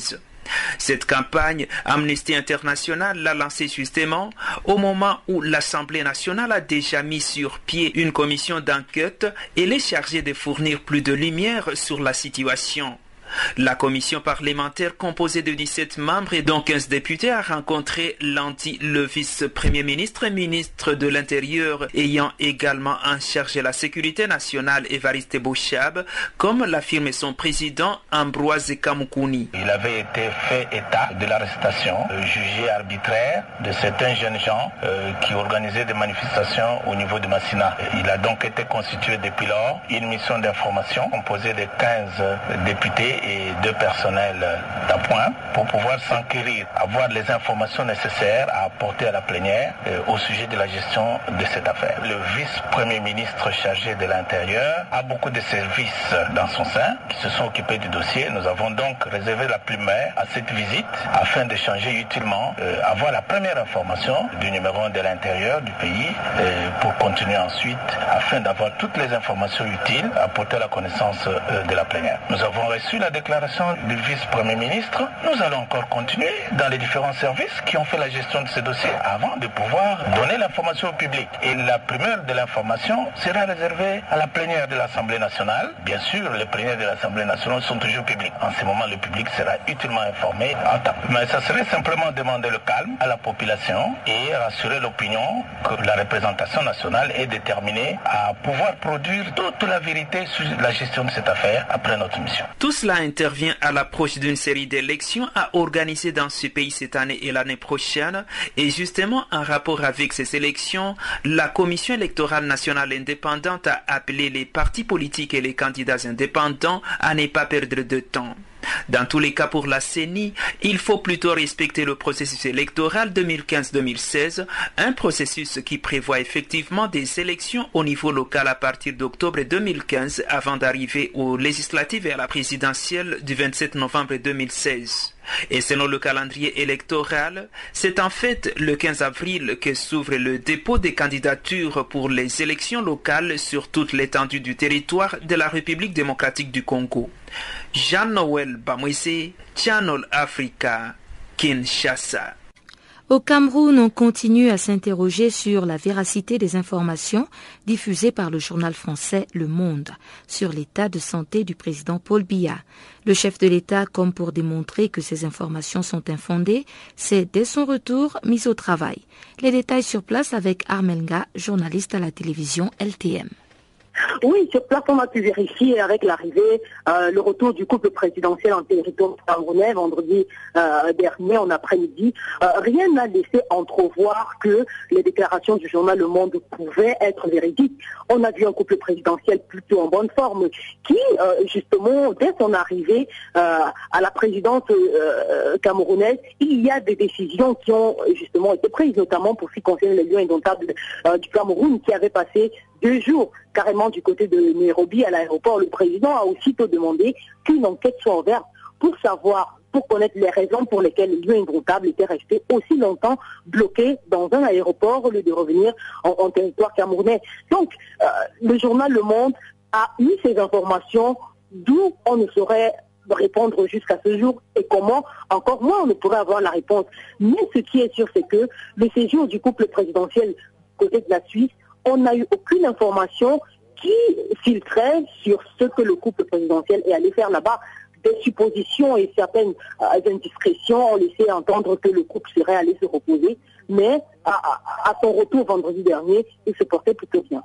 [SPEAKER 13] Cette campagne, Amnesty International l'a lancée justement au moment où l'Assemblée nationale a déjà mis sur pied une commission d'enquête et elle est chargée de fournir plus de lumière sur la situation. La commission parlementaire composée de dix-sept membres et dont quinze députés a rencontré lundi le vice-premier ministre et ministre de l'Intérieur ayant également en charge la sécurité nationale Évariste Bouchab, comme l'affirme son président Ambroise Kamoukouni.
[SPEAKER 14] Il avait été fait état de l'arrestation euh, jugée arbitraire de certains jeunes gens euh, qui organisaient des manifestations au niveau de Massina. Il a donc été constitué depuis lors une mission d'information composée de quinze députés et deux personnels d'appoint pour pouvoir s'enquérir, avoir les informations nécessaires à apporter à la plénière euh, au sujet de la gestion de cette affaire. Le vice-premier ministre chargé de l'Intérieur a beaucoup de services dans son sein qui se sont occupés du dossier. Nous avons donc réservé la plumaire à cette visite afin d'échanger utilement, euh, avoir la première information du numéro un de l'Intérieur du pays euh, pour continuer ensuite afin d'avoir toutes les informations utiles à porter à la connaissance euh, de la plénière. Nous avons reçu la déclaration du vice-premier ministre. Nous allons encore continuer dans les différents services qui ont fait la gestion de ce dossier avant de pouvoir donner l'information au public. Et la primeur de l'information sera réservée à la plénière de l'Assemblée nationale. Bien sûr, les plénières de l'Assemblée nationale sont toujours publiques. En ce moment, le public sera utilement informé en temps. Mais ça serait simplement demander le calme à la population et rassurer l'opinion que la représentation nationale est déterminée à pouvoir produire toute la vérité sur la gestion de cette affaire après notre mission.
[SPEAKER 13] Tout cela intervient à l'approche d'une série d'élections à organiser dans ce pays cette année et l'année prochaine. Et justement, en rapport avec ces élections, la Commission électorale nationale indépendante a appelé les partis politiques et les candidats indépendants à ne pas perdre de temps. Dans tous les cas, pour la C E N I, il faut plutôt respecter le processus électoral deux mille quinze deux mille seize, un processus qui prévoit effectivement des élections au niveau local à partir d'octobre deux mille quinze avant d'arriver aux législatives et à la présidentielle du vingt-sept novembre deux mille seize. Et selon le calendrier électoral, c'est en fait le quinze avril que s'ouvre le dépôt des candidatures pour les élections locales sur toute l'étendue du territoire de la République démocratique du Congo. Jean-Noël Bamwese, Channel Africa, Kinshasa.
[SPEAKER 3] Au Cameroun, on continue à s'interroger sur la véracité des informations diffusées par le journal français Le Monde sur l'état de santé du président Paul Biya. Le chef de l'État, comme pour démontrer que ces informations sont infondées, s'est dès son retour mis au travail. Les détails sur place avec Armelga, journaliste à la télévision L T M.
[SPEAKER 15] Oui, sur place, on a pu vérifier avec l'arrivée, euh, le retour du couple présidentiel en territoire camerounais vendredi euh, dernier en après-midi. Euh, rien n'a laissé entrevoir que les déclarations du journal Le Monde pouvaient être véridiques. On a vu un couple présidentiel plutôt en bonne forme qui, euh, justement, dès son arrivée euh, à la présidence euh, camerounaise, il y a des décisions qui ont justement été prises, notamment pour ce qui concerne les lieux indomptables euh, du Cameroun, qui avait passé deux jours carrément du côté de Nairobi à l'aéroport. Le président a aussitôt demandé qu'une enquête soit ouverte pour savoir, pour connaître les raisons pour lesquelles les lieux indomptables étaient restés aussi longtemps bloqués dans un aéroport au lieu de revenir en, en territoire camerounais. Donc, euh, le journal Le Monde a eu ces informations d'où on ne saurait répondre jusqu'à ce jour et comment, encore moins, on ne pourrait avoir la réponse. Mais ce qui est sûr, c'est que le séjour du couple présidentiel côté de la Suisse, on n'a eu aucune information qui filtrait sur ce que le couple présidentiel est allé faire là-bas. Des suppositions et certaines euh, indiscrétions ont laissé entendre que le couple serait allé se reposer, mais à, à, à son retour vendredi dernier, il se portait plutôt bien.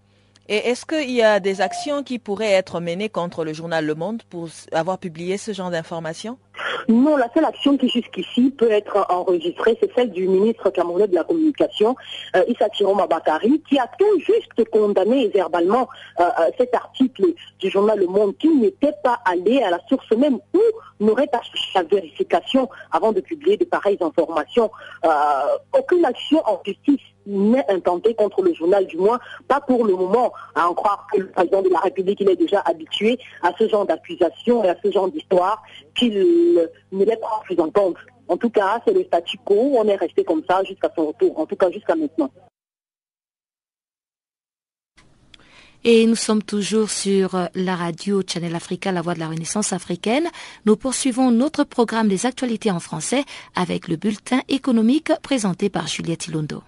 [SPEAKER 12] Et est-ce qu'il y a des actions qui pourraient être menées contre le journal Le Monde pour avoir publié ce genre d'informations?
[SPEAKER 15] Non, la seule action qui jusqu'ici peut être enregistrée, c'est celle du ministre camerounais de la Communication, euh, Issa Chiroma Bakari, qui a tout juste condamné verbalement euh, cet article du journal Le Monde, qui n'était pas allé à la source même où n'aurait pas cherché la vérification avant de publier de pareilles informations. Euh, aucune action en justice n'est intentée contre le journal, du moins pas pour le moment, à en croire que le président de la République il est déjà habitué à ce genre d'accusations et à ce genre d'histoire qu'il ne l'est pas plus en compte. En tout cas, c'est le statu quo, on est resté comme ça jusqu'à son retour, en tout cas jusqu'à maintenant.
[SPEAKER 3] Et nous sommes toujours sur la radio Channel Africa, la voix de la Renaissance africaine. Nous poursuivons notre programme des actualités en français avec le bulletin économique présenté par Juliette Ilondo.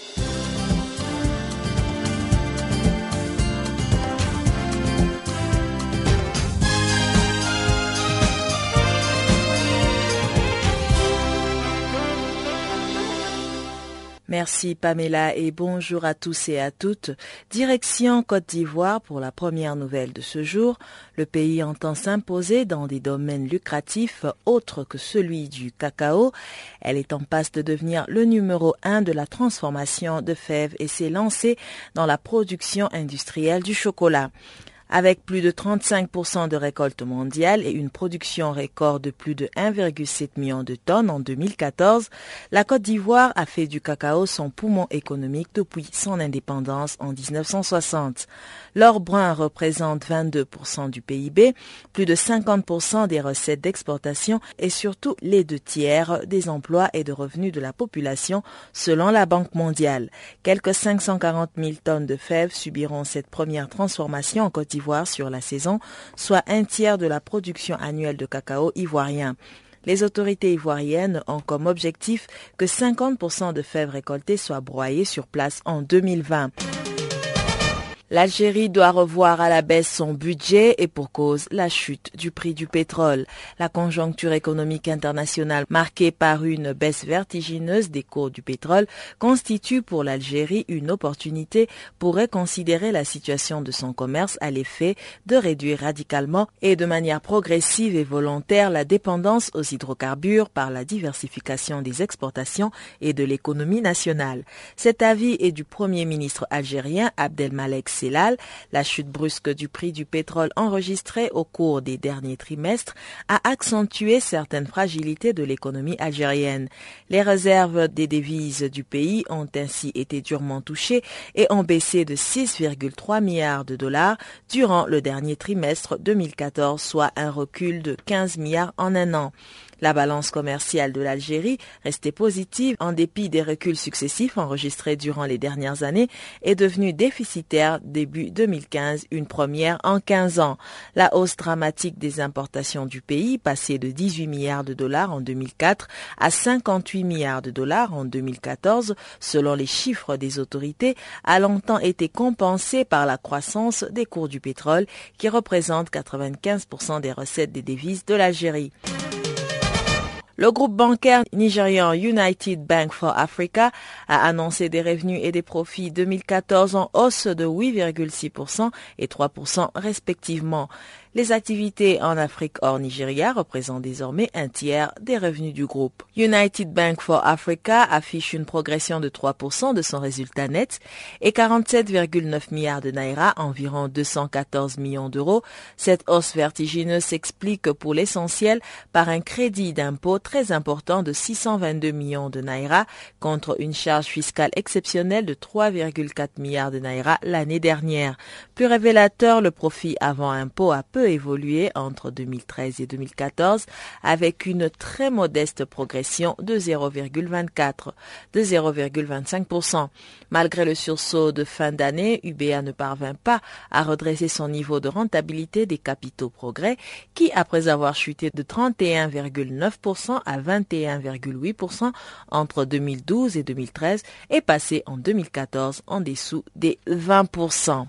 [SPEAKER 12] Merci Pamela et bonjour à tous et à toutes. Direction Côte d'Ivoire pour la première nouvelle de ce jour. Le pays entend s'imposer dans des domaines lucratifs autres que celui du cacao. Elle est en passe de devenir le numéro un de la transformation de fèves et s'est lancée dans la production industrielle du chocolat. Avec plus de trente-cinq pour cent de récolte mondiale et une production record de plus de un virgule sept million de tonnes en deux mille quatorze, la Côte d'Ivoire a fait du cacao son poumon économique depuis son indépendance en dix-neuf cent soixante. L'or brun représente vingt-deux pour cent du P I B, plus de cinquante pour cent des recettes d'exportation et surtout les deux tiers des emplois et de revenus de la population selon la Banque mondiale. Quelques cinq cent quarante mille tonnes de fèves subiront cette première transformation en Côte d'Ivoire sur la saison, soit un tiers de la production annuelle de cacao ivoirien. Les autorités ivoiriennes ont comme objectif que cinquante pour cent de fèves récoltées soient broyées sur place en deux mille vingt. L'Algérie doit revoir à la baisse son budget et pour cause la chute du prix du pétrole. La conjoncture économique internationale marquée par une baisse vertigineuse des cours du pétrole constitue pour l'Algérie une opportunité pour reconsidérer la situation de son commerce à l'effet de réduire radicalement et de manière progressive et volontaire la dépendance aux hydrocarbures par la diversification des exportations et de l'économie nationale. Cet avis est du Premier ministre algérien Abdelmalek Sellal. La chute brusque du prix du pétrole enregistrée au cours des derniers trimestres a accentué certaines fragilités de l'économie algérienne. Les réserves des devises du pays ont ainsi été durement touchées et ont baissé de six virgule trois milliards de dollars durant le dernier trimestre deux mille quatorze, soit un recul de quinze milliards en un an. La balance commerciale de l'Algérie, restée positive en dépit des reculs successifs enregistrés durant les dernières années, est devenue déficitaire début deux mille quinze, une première en quinze ans. La hausse dramatique des importations du pays, passée de dix-huit milliards de dollars en deux mille quatre à cinquante-huit milliards de dollars en deux mille quatorze, selon les chiffres des autorités, a longtemps été compensée par la croissance des cours du pétrole, qui représente quatre-vingt-quinze pour cent des recettes des devises de l'Algérie. Le groupe bancaire nigérian United Bank for Africa a annoncé des revenus et des profits deux mille quatorze en hausse de huit virgule six pour cent et trois pour cent respectivement. Les activités en Afrique hors Nigeria représentent désormais un tiers des revenus du groupe. United Bank for Africa affiche une progression de trois pour cent de son résultat net et quarante-sept virgule neuf milliards de naira, environ deux cent quatorze millions d'euros. Cette hausse vertigineuse s'explique pour l'essentiel par un crédit d'impôt très important de six cent vingt-deux millions de naira contre une charge fiscale exceptionnelle de trois virgule quatre milliards de naira l'année dernière. Plus révélateur, le profit avant impôt a peu évolué entre deux mille treize et deux mille quatorze avec une très modeste progression de zéro virgule vingt-quatre, de zéro virgule vingt-cinq pour cent. Malgré le sursaut de fin d'année, U B A ne parvint pas à redresser son niveau de rentabilité des capitaux progrès qui, après avoir chuté de trente et un virgule neuf pour cent à vingt et un virgule huit pour cent entre deux mille douze et deux mille treize, est passé en deux mille quatorze en dessous des vingt pour cent.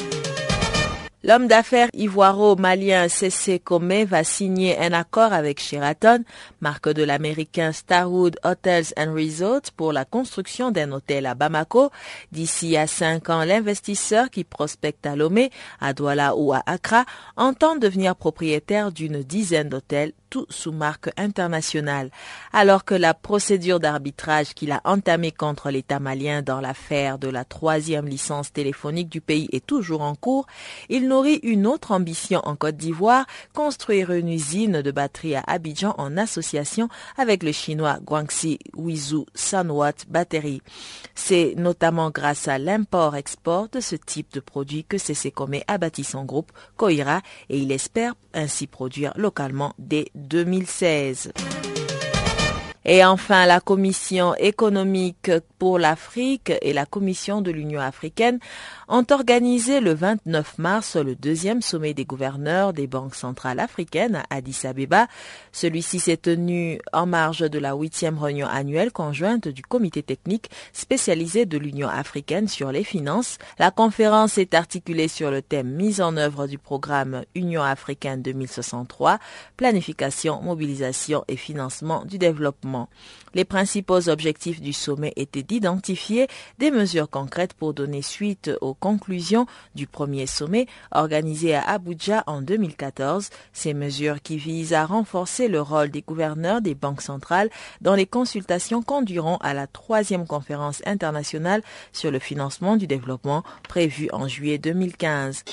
[SPEAKER 12] L'homme d'affaires ivoiro-malien Cessé Komé va signer un accord avec Sheraton, marque de l'américain Starwood Hotels and Resorts, pour la construction d'un hôtel à Bamako. D'ici à cinq ans, l'investisseur qui prospecte à Lomé, à Douala ou à Accra entend devenir propriétaire d'une dizaine d'hôtels, tout sous marque internationale. Alors que la procédure d'arbitrage qu'il a entamée contre l'État malien dans l'affaire de la troisième licence téléphonique du pays est toujours en cours, il nourrit une autre ambition en Côte d'Ivoire, construire une usine de batterie à Abidjan en association avec le chinois Guangxi Huizhou Sanwat Battery. C'est notamment grâce à l'import-export de ce type de produit que Cessé Komé a bâti son groupe Koira et il espère ainsi produire localement dès deux mille seize. Et enfin, la Commission économique pour l'Afrique et la Commission de l'Union africaine ont organisé le vingt-neuf mars le deuxième sommet des gouverneurs des banques centrales africaines à Addis Abeba. Celui-ci s'est tenu en marge de la huitième réunion annuelle conjointe du comité technique spécialisé de l'Union africaine sur les finances. La conférence est articulée sur le thème mise en œuvre du programme Union africaine deux mille soixante-trois, planification, mobilisation et financement du développement. Les principaux objectifs du sommet étaient d'identifier des mesures concrètes pour donner suite aux conclusions du premier sommet organisé à Abuja en deux mille quatorze. Ces mesures qui visent à renforcer le rôle des gouverneurs des banques centrales dans les consultations conduiront à la troisième conférence internationale sur le financement du développement prévue en juillet deux mille quinze.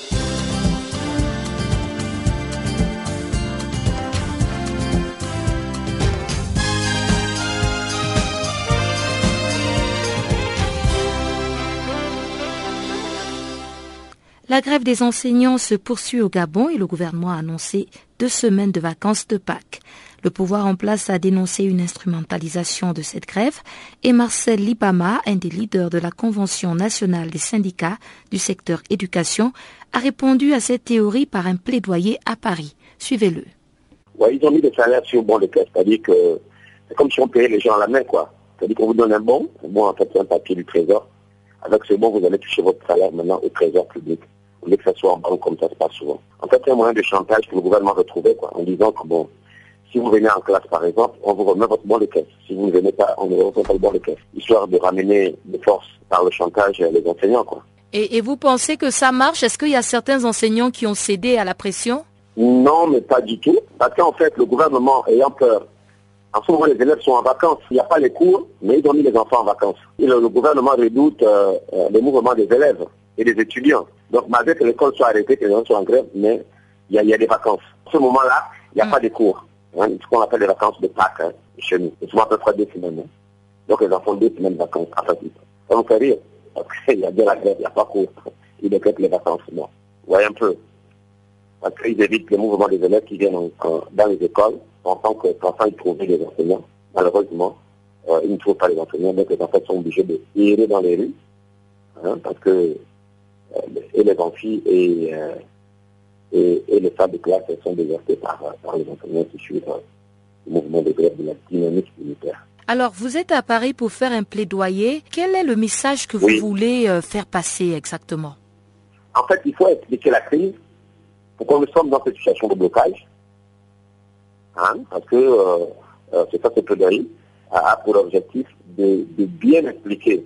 [SPEAKER 3] La grève des enseignants se poursuit au Gabon et le gouvernement a annoncé deux semaines de vacances de Pâques. Le pouvoir en place a dénoncé une instrumentalisation de cette grève et Marcel Libama, un des leaders de la Convention nationale des syndicats du secteur éducation, a répondu à cette théorie par un plaidoyer à Paris. Suivez-le.
[SPEAKER 16] Ouais, ils ont mis des salaires sur le bon de caisse, c'est-à-dire que c'est comme si on payait les gens à la main, quoi. C'est-à-dire qu'on vous donne un bon, un bon en fait c'est un papier du trésor. Avec ce bon, vous allez toucher votre salaire maintenant au trésor public. Au lieu que ça soit en banque comme ça se passe souvent. En fait, c'est un moyen de chantage que le gouvernement a trouvé, quoi, en disant que bon, si vous venez en classe par exemple, on vous remet votre bon de caisse. Si vous ne venez pas, on ne vous remet pas le bon de caisse. Histoire de ramener de force par le chantage les enseignants, quoi.
[SPEAKER 3] Et, et vous pensez que ça marche? Est-ce qu'il y a certains enseignants qui ont cédé à la pression?
[SPEAKER 16] Non, mais pas du tout. Parce qu'en fait, le gouvernement ayant peur, en ce moment, les élèves sont en vacances. Il n'y a pas les cours, mais ils ont mis les enfants en vacances. Et le, le gouvernement redoute euh, euh, les mouvements des élèves et des étudiants. Donc, malgré que l'école soit arrêtée, que les gens soient en grève, mais il y, y a des vacances. À ce moment-là, il n'y a mmh. pas de cours. Hein, ce qu'on appelle les vacances de Pâques hein, chez nous. C'est souvent à peu près deux semaines. Hein. Donc, les enfants ont deux semaines de vacances. En fait, ça vous fait rire. Parce qu'il y a bien la grève, il n'y a pas cours. Ils décrètent les vacances. Bon, vous voyez un peu. Parce qu'ils évitent les mouvements des élèves qui viennent en, en, dans les écoles. En tant qu'enfants, ils trouvent les enseignants. Malheureusement, euh, ils ne trouvent pas les enseignants, donc les enfants sont obligés de errer dans les rues, hein, parce que euh, et les amphis et, euh, et, et les salles de classe sont désertées par, par les enseignants qui suivent euh, le mouvement de grève de la dynamique militaire.
[SPEAKER 3] Alors, vous êtes à Paris pour faire un plaidoyer. Quel est le message que vous oui. voulez euh, faire passer exactement?
[SPEAKER 16] En fait, il faut expliquer la crise, pourquoi nous sommes dans cette situation de blocage. Hein, parce que euh, euh, c'est ça ce plaidoyer a pour objectif de, de bien expliquer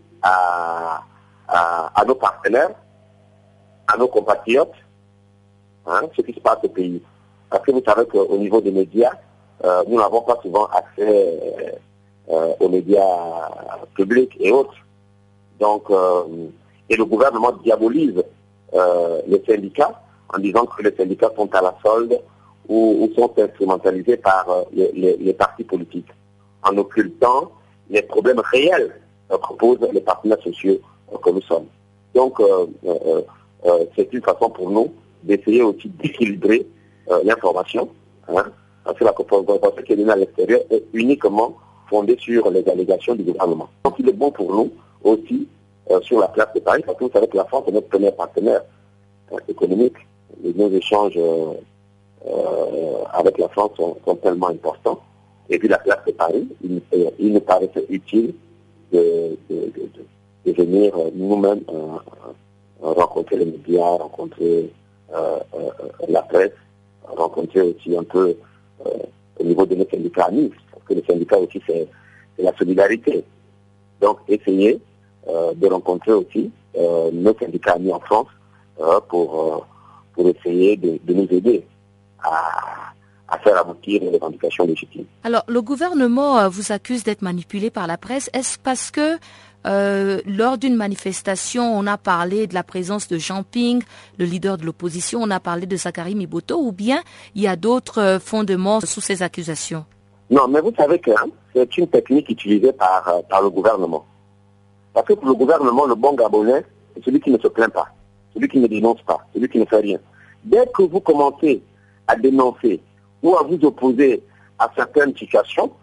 [SPEAKER 16] à, à, à nos partenaires, à nos compatriotes, hein, ce qui se passe au pays. Parce que vous savez qu'au niveau des médias, euh, nous n'avons pas souvent accès euh, aux médias publics et autres. Donc, euh, et le gouvernement diabolise euh, les syndicats en disant que les syndicats sont à la solde ou, ou sont instrumentalisés par euh, les, les, les partis politiques, en occultant les problèmes réels euh, que posent les partenaires sociaux euh, que nous sommes. Donc, euh, euh, euh, c'est une façon pour nous d'essayer aussi d'équilibrer euh, l'information, hein, parce que la propagande qui est donnée à l'extérieur est uniquement fondée sur les allégations du gouvernement. Donc, il est bon pour nous aussi euh, sur la place de Paris, parce que vous savez que la France est notre premier partenaire euh, économique. Et nos échanges euh, euh, avec la France sont, sont tellement importants. Et puis la place de Paris, il, il nous paraissait utile de, de, de, de venir nous-mêmes euh, rencontrer les médias, rencontrer euh, euh, la presse, rencontrer aussi un peu euh, au niveau de nos syndicats amis, parce que les syndicats aussi c'est la solidarité. Donc essayer euh, de rencontrer aussi euh, nos syndicats amis en France euh, pour, euh, pour essayer de, de nous aider à, à faire aboutir les revendications légitimes.
[SPEAKER 3] Alors, le gouvernement vous accuse d'être manipulé par la presse. Est-ce parce que euh, lors d'une manifestation, on a parlé de la présence de Jean Ping, le leader de l'opposition, on a parlé de Zakari Miboto, ou bien il y a d'autres fondements sous ces accusations?
[SPEAKER 16] Non, mais vous savez que hein, c'est une technique utilisée par, euh, par le gouvernement. Parce que pour le gouvernement, le bon Gabonais, c'est celui qui ne se plaint pas, celui qui ne dénonce pas, celui qui ne fait rien. Dès que vous commencez à dénoncer ou à vous opposer à certaines situations,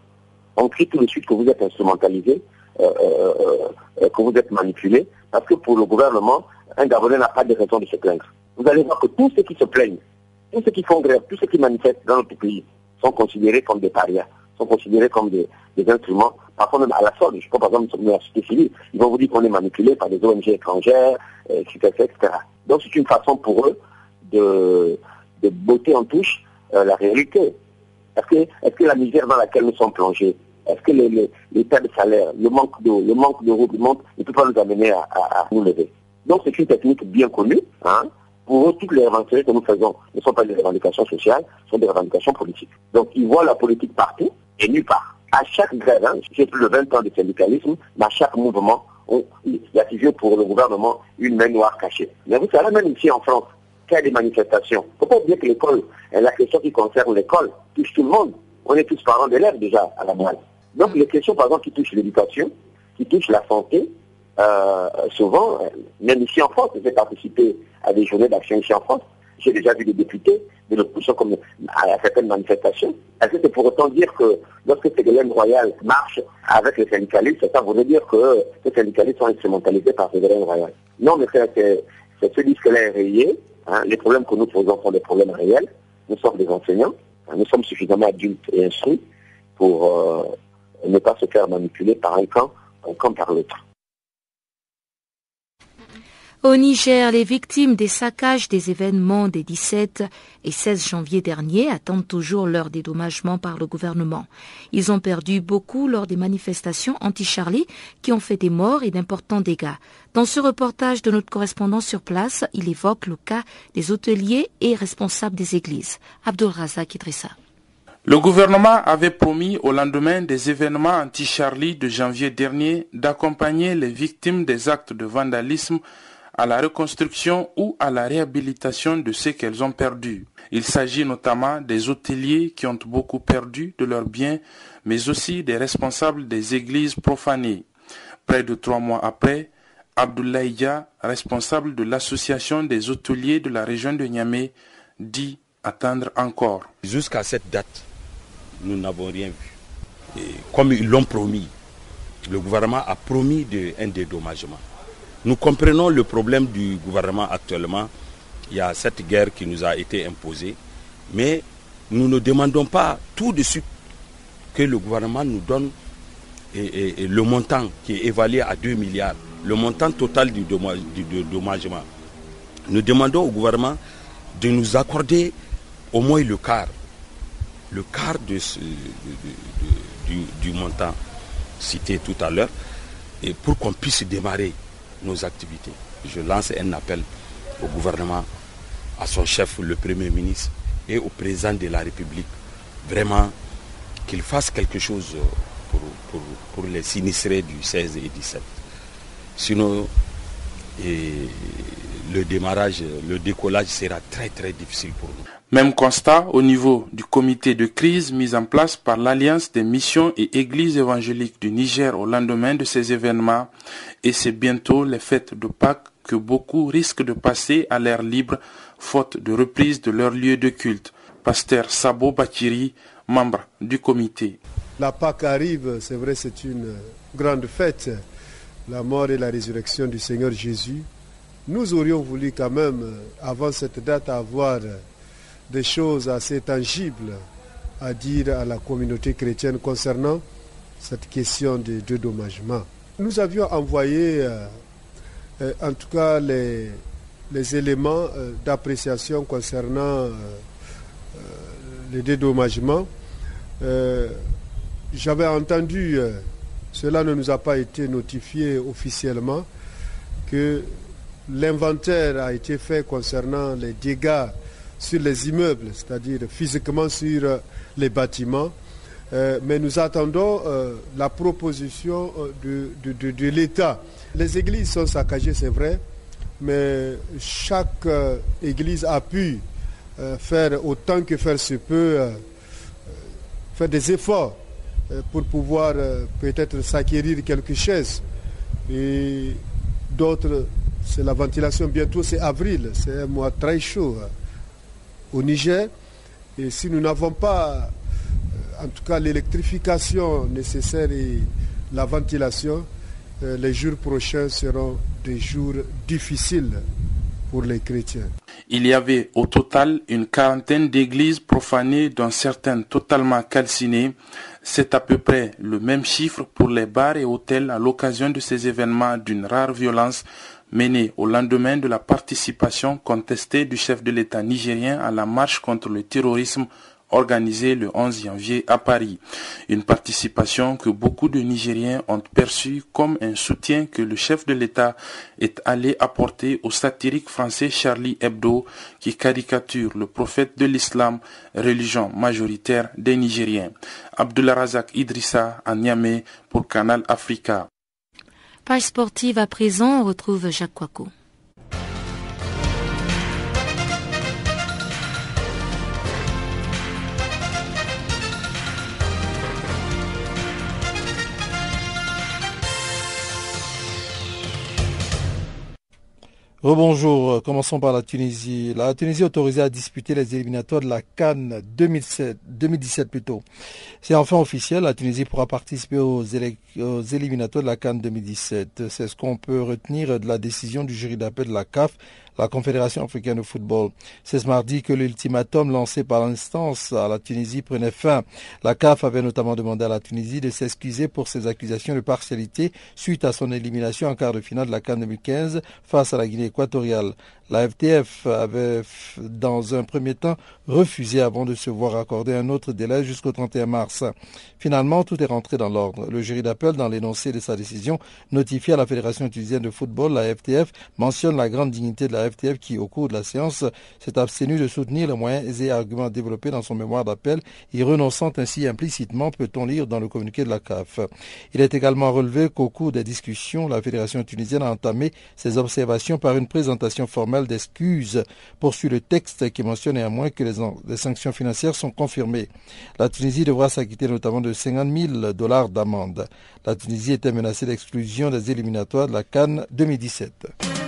[SPEAKER 16] On crie tout de suite que vous êtes instrumentalisé, euh, euh, euh, que vous êtes manipulé, parce que pour le gouvernement, un Gabonais n'a pas de raison de se plaindre. Vous allez voir que tous ceux qui se plaignent, tous ceux qui font grève, tous ceux qui manifestent dans notre pays sont considérés comme des parias, sont considérés comme des, des instruments, parfois même à la solde. Je prends par exemple la société civile, ils vont vous dire qu'on est manipulé par des O N G étrangères, et cetera, et cetera. Donc c'est une façon pour eux de, de botter en touche euh, la réalité. Est-ce que, est-ce que la misère dans laquelle nous sommes plongés, est-ce que les, les, l'état de salaire, le manque d'eau, le manque de route, le manque ne peut pas nous amener à, à, à nous lever? Donc c'est une technique bien connue. Hein. Pour eux, toutes les revendications que nous faisons ne sont pas des revendications sociales, ce sont des revendications politiques. Donc ils voient la politique partout et nulle part. À chaque grève, hein, j'ai plus de vingt ans de syndicalisme, mais à chaque mouvement, on, il y a toujours pour le gouvernement une main noire cachée. Mais vous savez, même ici en France, qu'il y a des manifestations. Il ne faut pas oublier que l'école, la question qui concerne l'école, touche tout le monde. On est tous parents d'élèves déjà à la base. Donc les questions par exemple qui touchent l'éducation, qui touchent la santé, euh, souvent, même ici en France, j'ai participé à des journées d'action ici en France, j'ai déjà vu des députés de l'opposition comme à certaines manifestations. Est-ce que c'est pour autant dire que lorsque Ségolène Royal marche avec les syndicalistes, ça voudrait dire que les syndicalistes sont instrumentalisés par Ségolène Royal? Non, mais c'est, c'est, c'est ce disque-là est rayé. Hein. Les problèmes que nous posons sont des problèmes réels. Nous sommes des enseignants. Hein. Nous sommes suffisamment adultes et instruits pour euh, ne pas se faire manipuler par un camp, un camp par l'autre.
[SPEAKER 3] Au Niger, les victimes des saccages des événements des dix-sept et seize janvier dernier attendent toujours leur dédommagement par le gouvernement. Ils ont perdu beaucoup lors des manifestations anti-Charlie qui ont fait des morts et d'importants dégâts. Dans ce reportage de notre correspondant sur place, il évoque le cas des hôteliers et responsables des églises. Abdulrazak Idrissa.
[SPEAKER 17] Le gouvernement avait promis au lendemain des événements anti-Charlie de janvier dernier d'accompagner les victimes des actes de vandalisme à la reconstruction ou à la réhabilitation de ce qu'elles ont perdu. Il s'agit notamment des hôteliers qui ont beaucoup perdu de leurs biens, mais aussi des responsables des églises profanées. Près de trois mois après, Abdoulaye Dia, responsable de l'association des hôteliers de la région de Niamey, dit attendre encore.
[SPEAKER 18] Jusqu'à cette date, nous n'avons rien vu. Et comme ils l'ont promis, le gouvernement a promis de, un dédommagement. Nous comprenons le problème du gouvernement actuellement. Il y a cette guerre qui nous a été imposée. Mais nous ne demandons pas tout de suite que le gouvernement nous donne et, et, et le montant qui est évalué à deux milliards, le montant total du, dommage, du dédommagement. Nous demandons au gouvernement de nous accorder au moins le quart, le quart de ce, de, de, de, du, du montant cité tout à l'heure, et pour qu'on puisse démarrer nos activités. Je lance un appel au gouvernement, à son chef, le Premier ministre, et au président de la République, vraiment qu'il fasse quelque chose pour, pour, pour les sinistrés du seize et dix-sept. Sinon, et le démarrage, le décollage sera très très difficile pour nous.
[SPEAKER 17] Même constat au niveau du comité de crise mis en place par l'Alliance des missions et églises évangéliques du Niger au lendemain de ces événements. Et c'est bientôt les fêtes de Pâques que beaucoup risquent de passer à l'air libre, faute de reprise de leur lieu de culte. Pasteur Sabo Bakiri, membre du comité.
[SPEAKER 19] La Pâques arrive, c'est vrai, c'est une grande fête, la mort et la résurrection du Seigneur Jésus. Nous aurions voulu quand même, avant cette date, avoir des choses assez tangibles à dire à la communauté chrétienne concernant cette question de dédommagement. Nous avions envoyé, euh, euh, en tout cas, les, les éléments euh, d'appréciation concernant euh, euh, les dédommagements. Euh, j'avais entendu, euh, cela ne nous a pas été notifié officiellement, que l'inventaire a été fait concernant les dégâts sur les immeubles, c'est-à-dire physiquement sur les bâtiments. Euh, mais nous attendons euh, la proposition de, de, de, de l'État. Les églises sont saccagées, c'est vrai, mais chaque euh, église a pu euh, faire autant que faire se peut, euh, faire des efforts euh, pour pouvoir euh, peut-être s'acquérir quelque chose. Et d'autres, c'est la ventilation, bientôt c'est avril, c'est un mois très chaud au Niger, et si nous n'avons pas en tout cas l'électrification nécessaire et la ventilation, euh, les jours prochains seront des jours difficiles pour les chrétiens.
[SPEAKER 17] Il y avait au total une quarantaine d'églises profanées, dont certaines totalement calcinées. C'est à peu près le même chiffre pour les bars et hôtels à l'occasion de ces événements d'une rare violence menée au lendemain de la participation contestée du chef de l'État nigérien à la marche contre le terrorisme organisée le onze janvier à Paris. Une participation que beaucoup de Nigériens ont perçue comme un soutien que le chef de l'État est allé apporter au satirique français Charlie Hebdo qui caricature le prophète de l'islam, religion majoritaire des Nigériens. Abdulrazak Idrissa à Niamey pour Canal Africa.
[SPEAKER 3] Page sportive à présent, on retrouve Jacques Kouakou.
[SPEAKER 4] Rebonjour, commençons par la Tunisie. La Tunisie est autorisée à disputer les éliminatoires de la CAN deux mille dix-sept plutôt. C'est enfin officiel, la Tunisie pourra participer aux, élec- aux éliminatoires de la CAN deux mille dix-sept. C'est ce qu'on peut retenir de la décision du jury d'appel de la C A F, la Confédération africaine de football. C'est ce mardi que l'ultimatum lancé par l'instance à la Tunisie prenait fin. La C A F avait notamment demandé à la Tunisie de s'excuser pour ses accusations de partialité suite à son élimination en quart de finale de la CAN deux mille quinze face à la Guinée équatoriale. La F T F avait, dans un premier temps, refusé avant de se voir accorder un autre délai jusqu'au trente et un mars. Finalement, tout est rentré dans l'ordre. Le jury d'appel, dans l'énoncé de sa décision, notifié à la Fédération tunisienne de football, la F T F, mentionne la grande dignité de la F T F qui, au cours de la séance, s'est abstenue de soutenir les moyens et arguments développés dans son mémoire d'appel, y renonçant ainsi implicitement, peut-on lire dans le communiqué de la C A F. Il est également relevé qu'au cours des discussions, la Fédération tunisienne a entamé ses observations par une présentation formelle d'excuses, poursuit le texte qui mentionne néanmoins que les, les sanctions financières sont confirmées. La Tunisie devra s'acquitter notamment de cinquante mille dollars d'amende. La Tunisie était menacée d'exclusion des éliminatoires de la CAN deux mille dix-sept.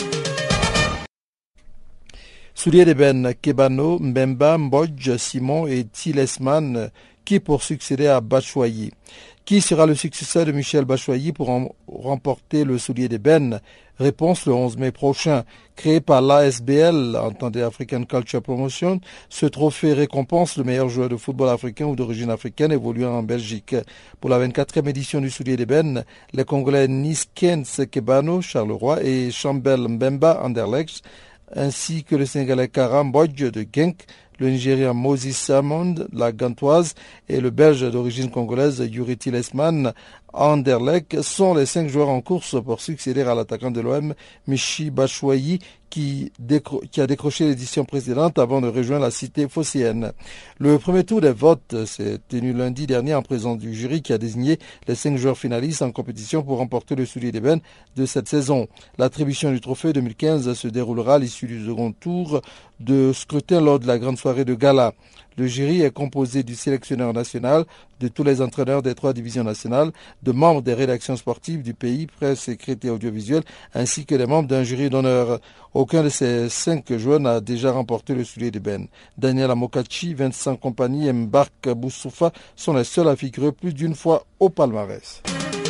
[SPEAKER 4] Soulier d'ébène, Kebano, Mbemba, Mbodj, Simon et Tilesman qui pour succéder à Bachoyi. Qui sera le successeur de Michel Bachoyi pour en remporter le soulier d'ébène? Réponse le onze mai prochain. Créé par l'A S B L, entendez African Culture Promotion, ce trophée récompense le meilleur joueur de football africain ou d'origine africaine évoluant en Belgique. Pour la vingt-quatrième édition du soulier d'ébène, les Congolais Niskens Kebano, Charleroi et Chambel Mbemba Anderlecht, ainsi que le Sénégalais Karam Bodj de Genk, le Nigérien Moses Salmond, la Gantoise, et le Belge d'origine congolaise Yuri Tilesman Anderlecht sont les cinq joueurs en course pour succéder à l'attaquant de l'O M, Michi Bachoyi, qui, décro- qui a décroché l'édition précédente avant de rejoindre la cité phocéenne. Le premier tour des votes s'est tenu lundi dernier en présence du jury qui a désigné les cinq joueurs finalistes en compétition pour remporter le soulier d'ébène de cette saison. L'attribution du trophée deux mille quinze se déroulera à l'issue du second tour de scrutin lors de la grande soirée de gala. Le jury est composé du sélectionneur national, de tous les entraîneurs des trois divisions nationales, de membres des rédactions sportives du pays, presse écrite et audiovisuelle, ainsi que des membres d'un jury d'honneur. Aucun de ces cinq joueurs n'a déjà remporté le soulier d'ébène. Daniel Amokachi, Vincent Kompany et Mbark Boussoufa sont les seuls à figurer plus d'une fois au palmarès.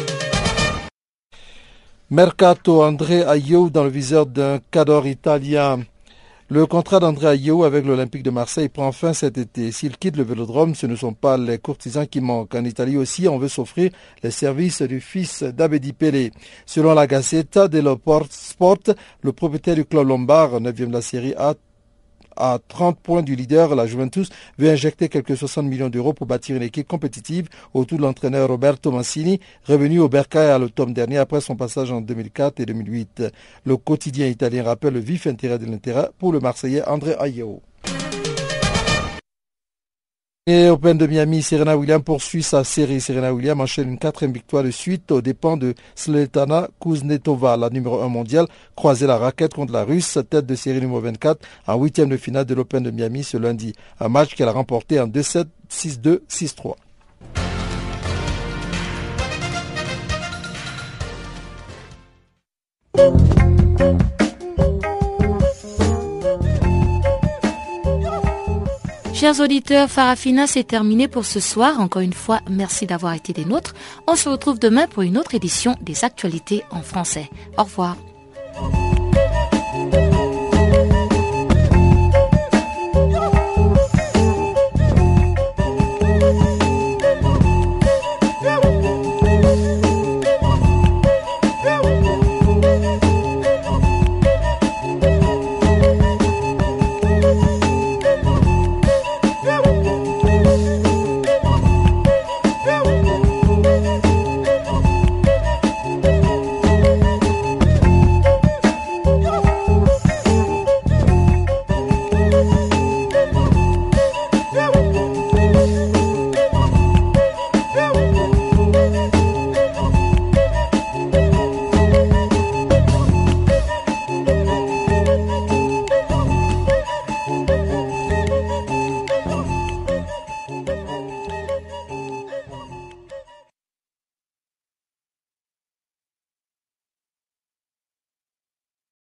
[SPEAKER 4] Mercato, André Ayew dans le viseur d'un cadre italien. Le contrat d'André Ayew avec l'Olympique de Marseille prend fin cet été. S'il quitte le Vélodrome, ce ne sont pas les courtisans qui manquent. En Italie aussi, on veut s'offrir les services du fils d'Abedi Pelé. Selon la Gazzetta dello Sport, le propriétaire du club lombard, neuvième de la Série A, à trente points du leader, la Juventus veut injecter quelques soixante millions d'euros pour bâtir une équipe compétitive autour de l'entraîneur Roberto Mancini, revenu au Bercail à l'automne dernier après son passage en deux mille quatre et deux mille huit. Le quotidien italien rappelle le vif intérêt de l'intérêt pour le Marseillais André Ayew. Et Open de Miami, Serena Williams poursuit sa série. Serena Williams enchaîne une quatrième victoire de suite aux dépens de Svetlana Kuznetsova, la numéro un mondiale, croisait la raquette contre la Russe, tête de série numéro vingt-quatre, en huitième de finale de l'Open de Miami ce lundi. Un match qu'elle a remporté en deux sept, six deux, six trois.
[SPEAKER 3] Chers auditeurs, Farafina, c'est terminé pour ce soir. Encore une fois, merci d'avoir été des nôtres. On se retrouve demain pour une autre édition des actualités en français. Au revoir.